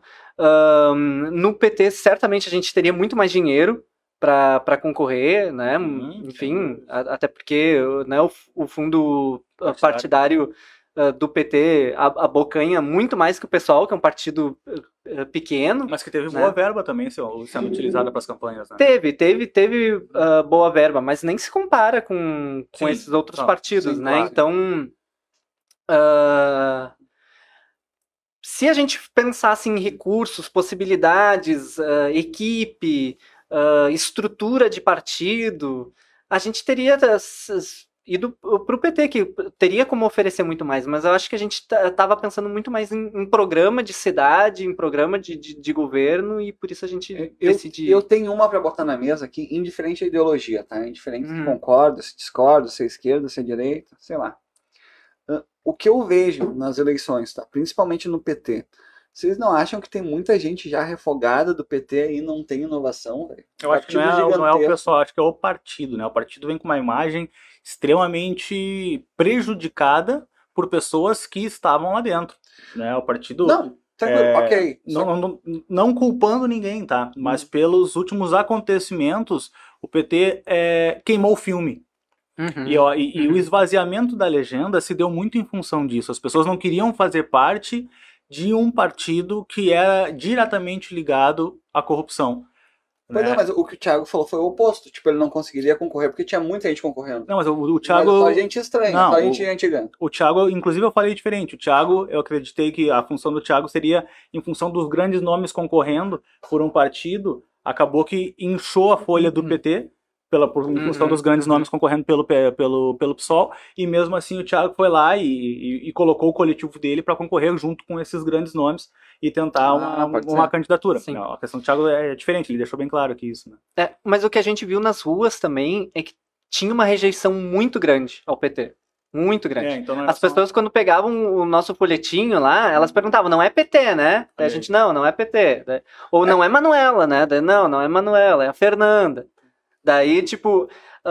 No PT, certamente a gente teria muito mais dinheiro para concorrer, né? Enfim, até porque, né, o fundo partidário do PT abocanha muito mais que o PSOL, que é um partido pequeno. Mas que teve boa verba também sendo utilizada para as campanhas, né? Teve boa verba, mas nem se compara com esses outros partidos, né? Claro. Então, se a gente pensasse em recursos, possibilidades, equipe, estrutura de partido, a gente teria ido para o PT, que teria como oferecer muito mais, mas eu acho que a gente estava pensando muito mais em programa de cidade, em programa de governo, e por isso a gente decidiu. Eu tenho uma para botar na mesa aqui, indiferente à ideologia, tá? Indiferente se concorda, se discorda, se é esquerda, se é direita, sei lá. O que eu vejo nas eleições, tá? Principalmente no PT, vocês não acham que tem muita gente já refogada do PT aí e não tem inovação, velho? Eu acho que não é o pessoal, acho que é o partido, né? O partido vem com uma imagem extremamente prejudicada por pessoas que estavam lá dentro, né? O partido... Não, ok. Não culpando ninguém, tá? Mas pelos últimos acontecimentos, o PT queimou o filme. E o esvaziamento da legenda se deu muito em função disso. As pessoas não queriam fazer parte de um partido que era diretamente ligado à corrupção. Pois é, mas o que o Thiago falou foi o oposto. Tipo, ele não conseguiria concorrer porque tinha muita gente concorrendo. Não, mas o Thiago... Mas só gente estranha, não, só gente antiga. O Thiago, inclusive eu falei diferente. O Thiago, eu acreditei que a função do Thiago seria em função dos grandes nomes concorrendo por um partido. Acabou que inchou a folha do PT em função dos grandes nomes concorrendo pelo PSOL, e mesmo assim o Thiago foi lá e colocou o coletivo dele para concorrer junto com esses grandes nomes e tentar uma candidatura. Não, a questão do Thiago é diferente, ele deixou bem claro aqui isso. Né? Mas o que a gente viu nas ruas também é que tinha uma rejeição muito grande ao PT. Muito grande. Então as pessoas, quando pegavam o nosso folhetinho lá, elas perguntavam, não é PT, né? Daí a gente, não é PT. Ou não é Manuela, né? Daí, não é Manuela, é a Fernanda. Daí, tipo,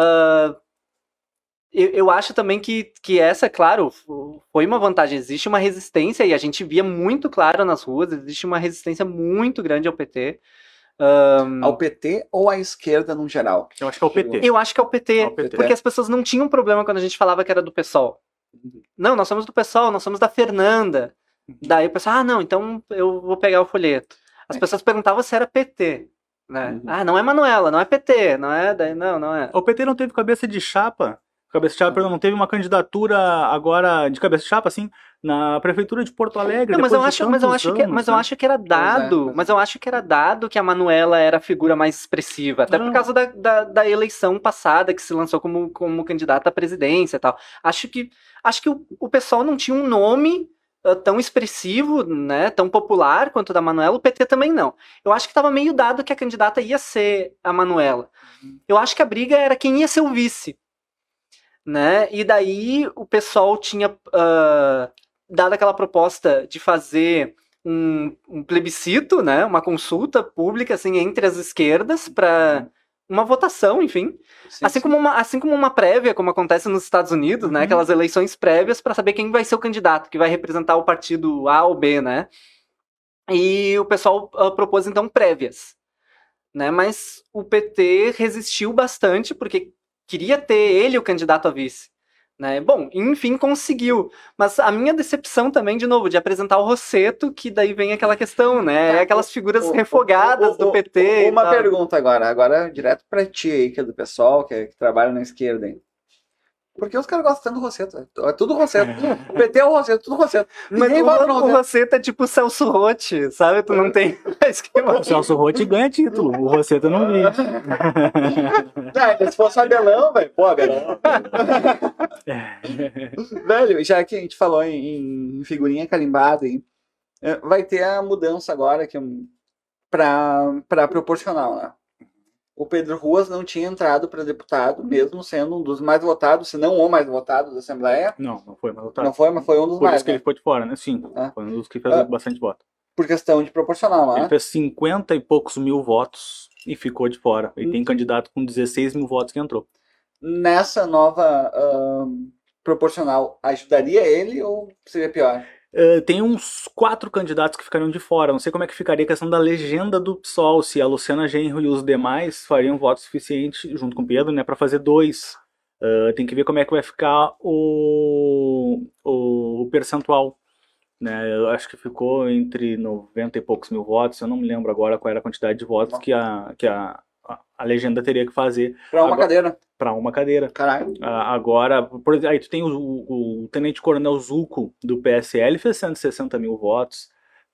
eu acho também que essa, claro, foi uma vantagem. Existe uma resistência, e a gente via muito claro nas ruas, existe uma resistência muito grande ao PT. Ao PT ou à esquerda no geral? Eu acho que é o PT. Eu acho que é o PT, porque as pessoas não tinham problema quando a gente falava que era do PSOL. Não, nós somos do PSOL, nós somos da Fernanda. Daí o pessoal, não, então eu vou pegar o folheto. As pessoas perguntavam se era PT. Né? Não é Manuela, não é PT, não é? Daí, não é. O PT não teve cabeça de chapa. Não teve uma candidatura agora de cabeça de chapa, assim, na prefeitura de Porto Alegre. Mas eu acho que era dado que a Manuela era a figura mais expressiva, até por causa da eleição passada que se lançou como candidata à presidência e tal. Acho que o pessoal não tinha um nome tão expressivo, né, tão popular quanto o da Manuela. O PT também não. Eu acho que estava meio dado que a candidata ia ser a Manuela. Eu acho que a briga era quem ia ser o vice. Né? E daí o pessoal tinha dado aquela proposta de fazer um plebiscito, né, uma consulta pública assim, entre as esquerdas para uma votação, enfim. Assim como uma prévia, como acontece nos Estados Unidos, né? Aquelas eleições prévias para saber quem vai ser o candidato, que vai representar o partido A ou B, né? E o pessoal propôs, então, prévias. Né? Mas o PT resistiu bastante, porque queria ter ele o candidato a vice. Né? Bom, enfim, conseguiu. Mas a minha decepção também, de novo, de apresentar o Rossetto, que daí vem aquela questão, né? Aquelas figuras refogadas do PT. Uma pergunta agora direto pra ti aí, que é do pessoal, que trabalha na esquerda aí. Por que os caras gostam tanto do Rossetto? É tudo Rossetto. O PT é o Rossetto, tudo Rossetto. Mas o Rossetto é tipo o Celso Roth, sabe? Tu não tem esquema. O Celso Roth ganha título, o Rossetto não vi. Se fosse Abelão, velho. Pô, Abelão. Velho, já que a gente falou em figurinha carimbada aí, vai ter a mudança agora que pra proporcional, né? O Pedro Ruas não tinha entrado para deputado, mesmo sendo um dos mais votados, se não o mais votado da Assembleia. Não foi mais votado. Não foi, mas foi um dos mais. Por isso que ele ficou de fora, né? Sim, foi um dos que fez bastante voto. Por questão de proporcional, né? Ele fez 50 e poucos mil votos e ficou de fora. E tem candidato com 16 mil votos que entrou. Nessa nova proporcional, ajudaria ele ou seria pior? Tem uns 4 candidatos que ficariam de fora. Não sei como é que ficaria a questão da legenda do PSOL, se a Luciana Genro e os demais fariam voto suficiente, junto com o Pedro, né, para fazer 2. Tem que ver como é que vai ficar o percentual. Né? Eu acho que ficou entre 90 e poucos mil votos. Eu não me lembro agora qual era a quantidade de votos que a legenda teria que fazer. Para uma cadeira. Para uma cadeira. Caralho. Agora, aí tu tem o tenente-coronel Zuco do PSL, fez 160 mil votos.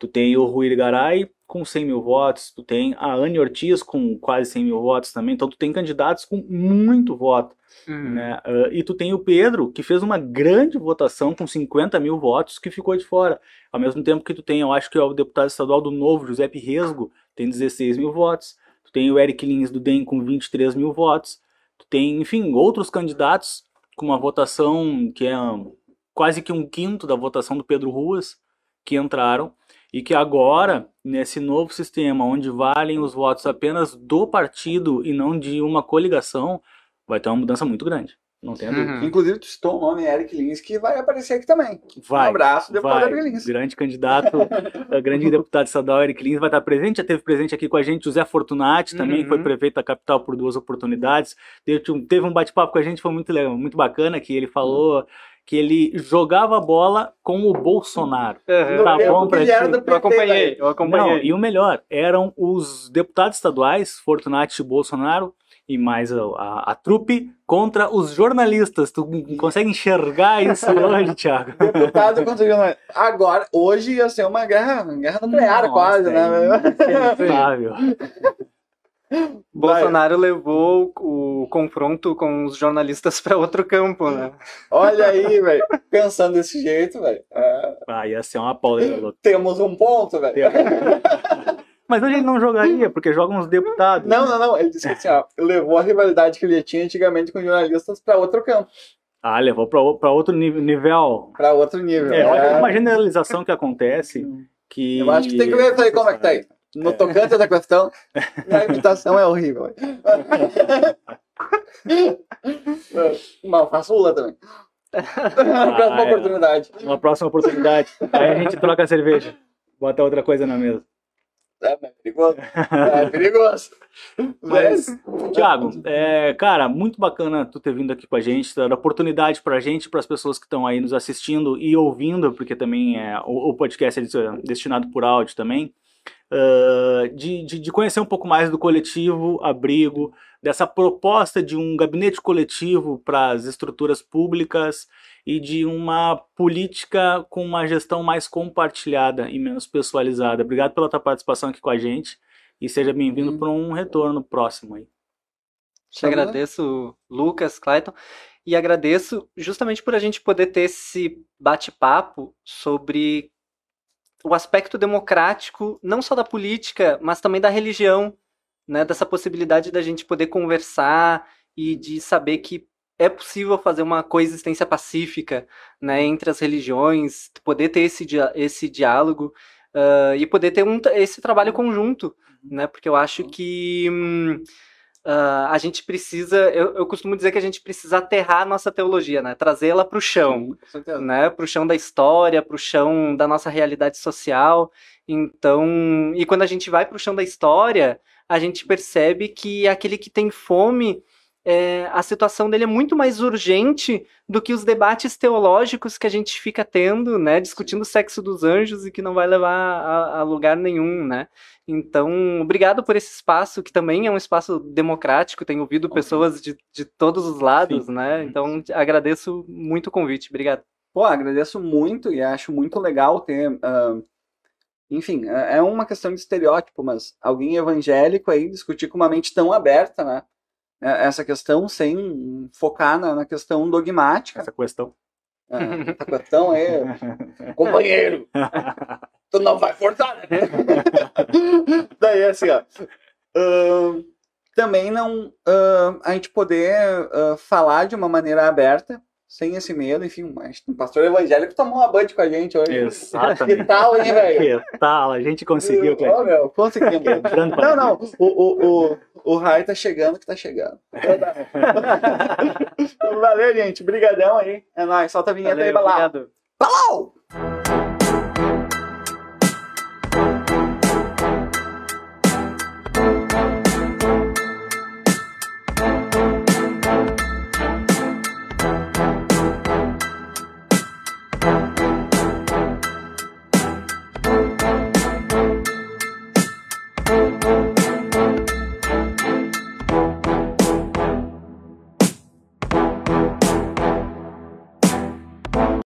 Tu tem o Rui Garay com 100 mil votos, tu tem a Anne Ortiz com quase 100 mil votos também, então tu tem candidatos com muito voto. Né? E tu tem o Pedro, que fez uma grande votação com 50 mil votos, que ficou de fora. Ao mesmo tempo que tu tem, eu acho que é o deputado estadual do Novo, Giuseppe Resgo, tem 16 mil votos. Tu tem o Eric Lins do DEM com 23 mil votos. Tu tem, enfim, outros candidatos com uma votação que é quase que um quinto da votação do Pedro Ruas, que entraram. E que agora, nesse novo sistema, onde valem os votos apenas do partido e não de uma coligação, vai ter uma mudança muito grande. Não tenha dúvida. Inclusive, tu citou o nome Eric Lins, que vai aparecer aqui também. Vai, um abraço, deputado vai. Eric Lins. Grande candidato, grande deputado estadual Eric Lins vai estar presente. Já teve presente aqui com a gente José Fortunati, também, que foi prefeito da capital por 2 oportunidades. Teve um bate-papo com a gente, foi muito legal, muito bacana, que ele falou que ele jogava bola com o Bolsonaro. Tá bom pra ti. Eu acompanhei. Não, e o melhor, eram os deputados estaduais, Fortunati e Bolsonaro, e mais a trupe contra os jornalistas. Tu consegue enxergar isso hoje, Thiago? Deputado contra jornalista. Agora, hoje ia ser uma guerra nuclear. Nossa, quase, né? Inacreditável. Bolsonaro levou o confronto com os jornalistas para outro campo, né? Olha aí, velho. Pensando desse jeito, velho. Ia ser uma pauleira. Temos um ponto, velho. Mas hoje ele não jogaria, porque jogam os deputados. Não. Ele disse que assim, ó, levou a rivalidade que ele tinha antigamente com jornalistas para outro campo. Levou para outro nível. Para outro nível. É uma generalização que acontece que... Eu acho que tem que ver isso aí, como é que tá aí. No tocante da questão, a imitação é horrível. Mas faço Lula também. Próxima oportunidade. Uma próxima oportunidade. Aí a gente troca a cerveja. Bota outra coisa na mesa. É perigoso. É perigoso. Mas, Thiago, cara, muito bacana tu ter vindo aqui com a gente, dar oportunidade pra gente, pras pessoas que estão aí nos assistindo e ouvindo, porque também o podcast é destinado por áudio também, de conhecer um pouco mais do coletivo Abrigo, dessa proposta de um gabinete coletivo para as estruturas públicas e de uma política com uma gestão mais compartilhada e menos pessoalizada. Obrigado pela tua participação aqui com a gente e seja bem-vindo para um retorno próximo aí. Te agradeço, Lucas, Clayton, e agradeço justamente por a gente poder ter esse bate-papo sobre o aspecto democrático, não só da política, mas também da religião, né, dessa possibilidade da gente poder conversar e de saber que é possível fazer uma coexistência pacífica, né, entre as religiões, poder ter esse diálogo e poder ter esse trabalho conjunto, né, porque eu acho que a gente precisa, eu costumo dizer que a gente precisa aterrar a nossa teologia, né, trazê-la para o chão, né, para o chão da história, para o chão da nossa realidade social. Então, e quando a gente vai para o chão da história, a gente percebe que aquele que tem fome, a situação dele é muito mais urgente do que os debates teológicos que a gente fica tendo, né, discutindo o sexo dos anjos e que não vai levar a lugar nenhum, né. Então, obrigado por esse espaço, que também é um espaço democrático, tenho ouvido pessoas de todos os lados, sim, né, então agradeço muito o convite, obrigado. Pô, agradeço muito e acho muito legal ter... Enfim, é uma questão de estereótipo, mas alguém evangélico aí discutir com uma mente tão aberta, né? Essa questão sem focar na questão dogmática. Essa questão. Essa questão é... Companheiro! Tu não vai forçar, né? Daí, assim, ó... também não... a gente poder falar de uma maneira aberta, sem esse medo, enfim, mas um pastor evangélico tomou uma band com a gente hoje. Exatamente. Que tal, hein, velho? Que tal? A gente conseguiu, Cleiton. Meu, conseguimos. Não, o Rai tá chegando que tá chegando. Valeu, gente. Brigadão aí. É nóis. Solta a vinheta aí, Balau. Obrigado. Balau!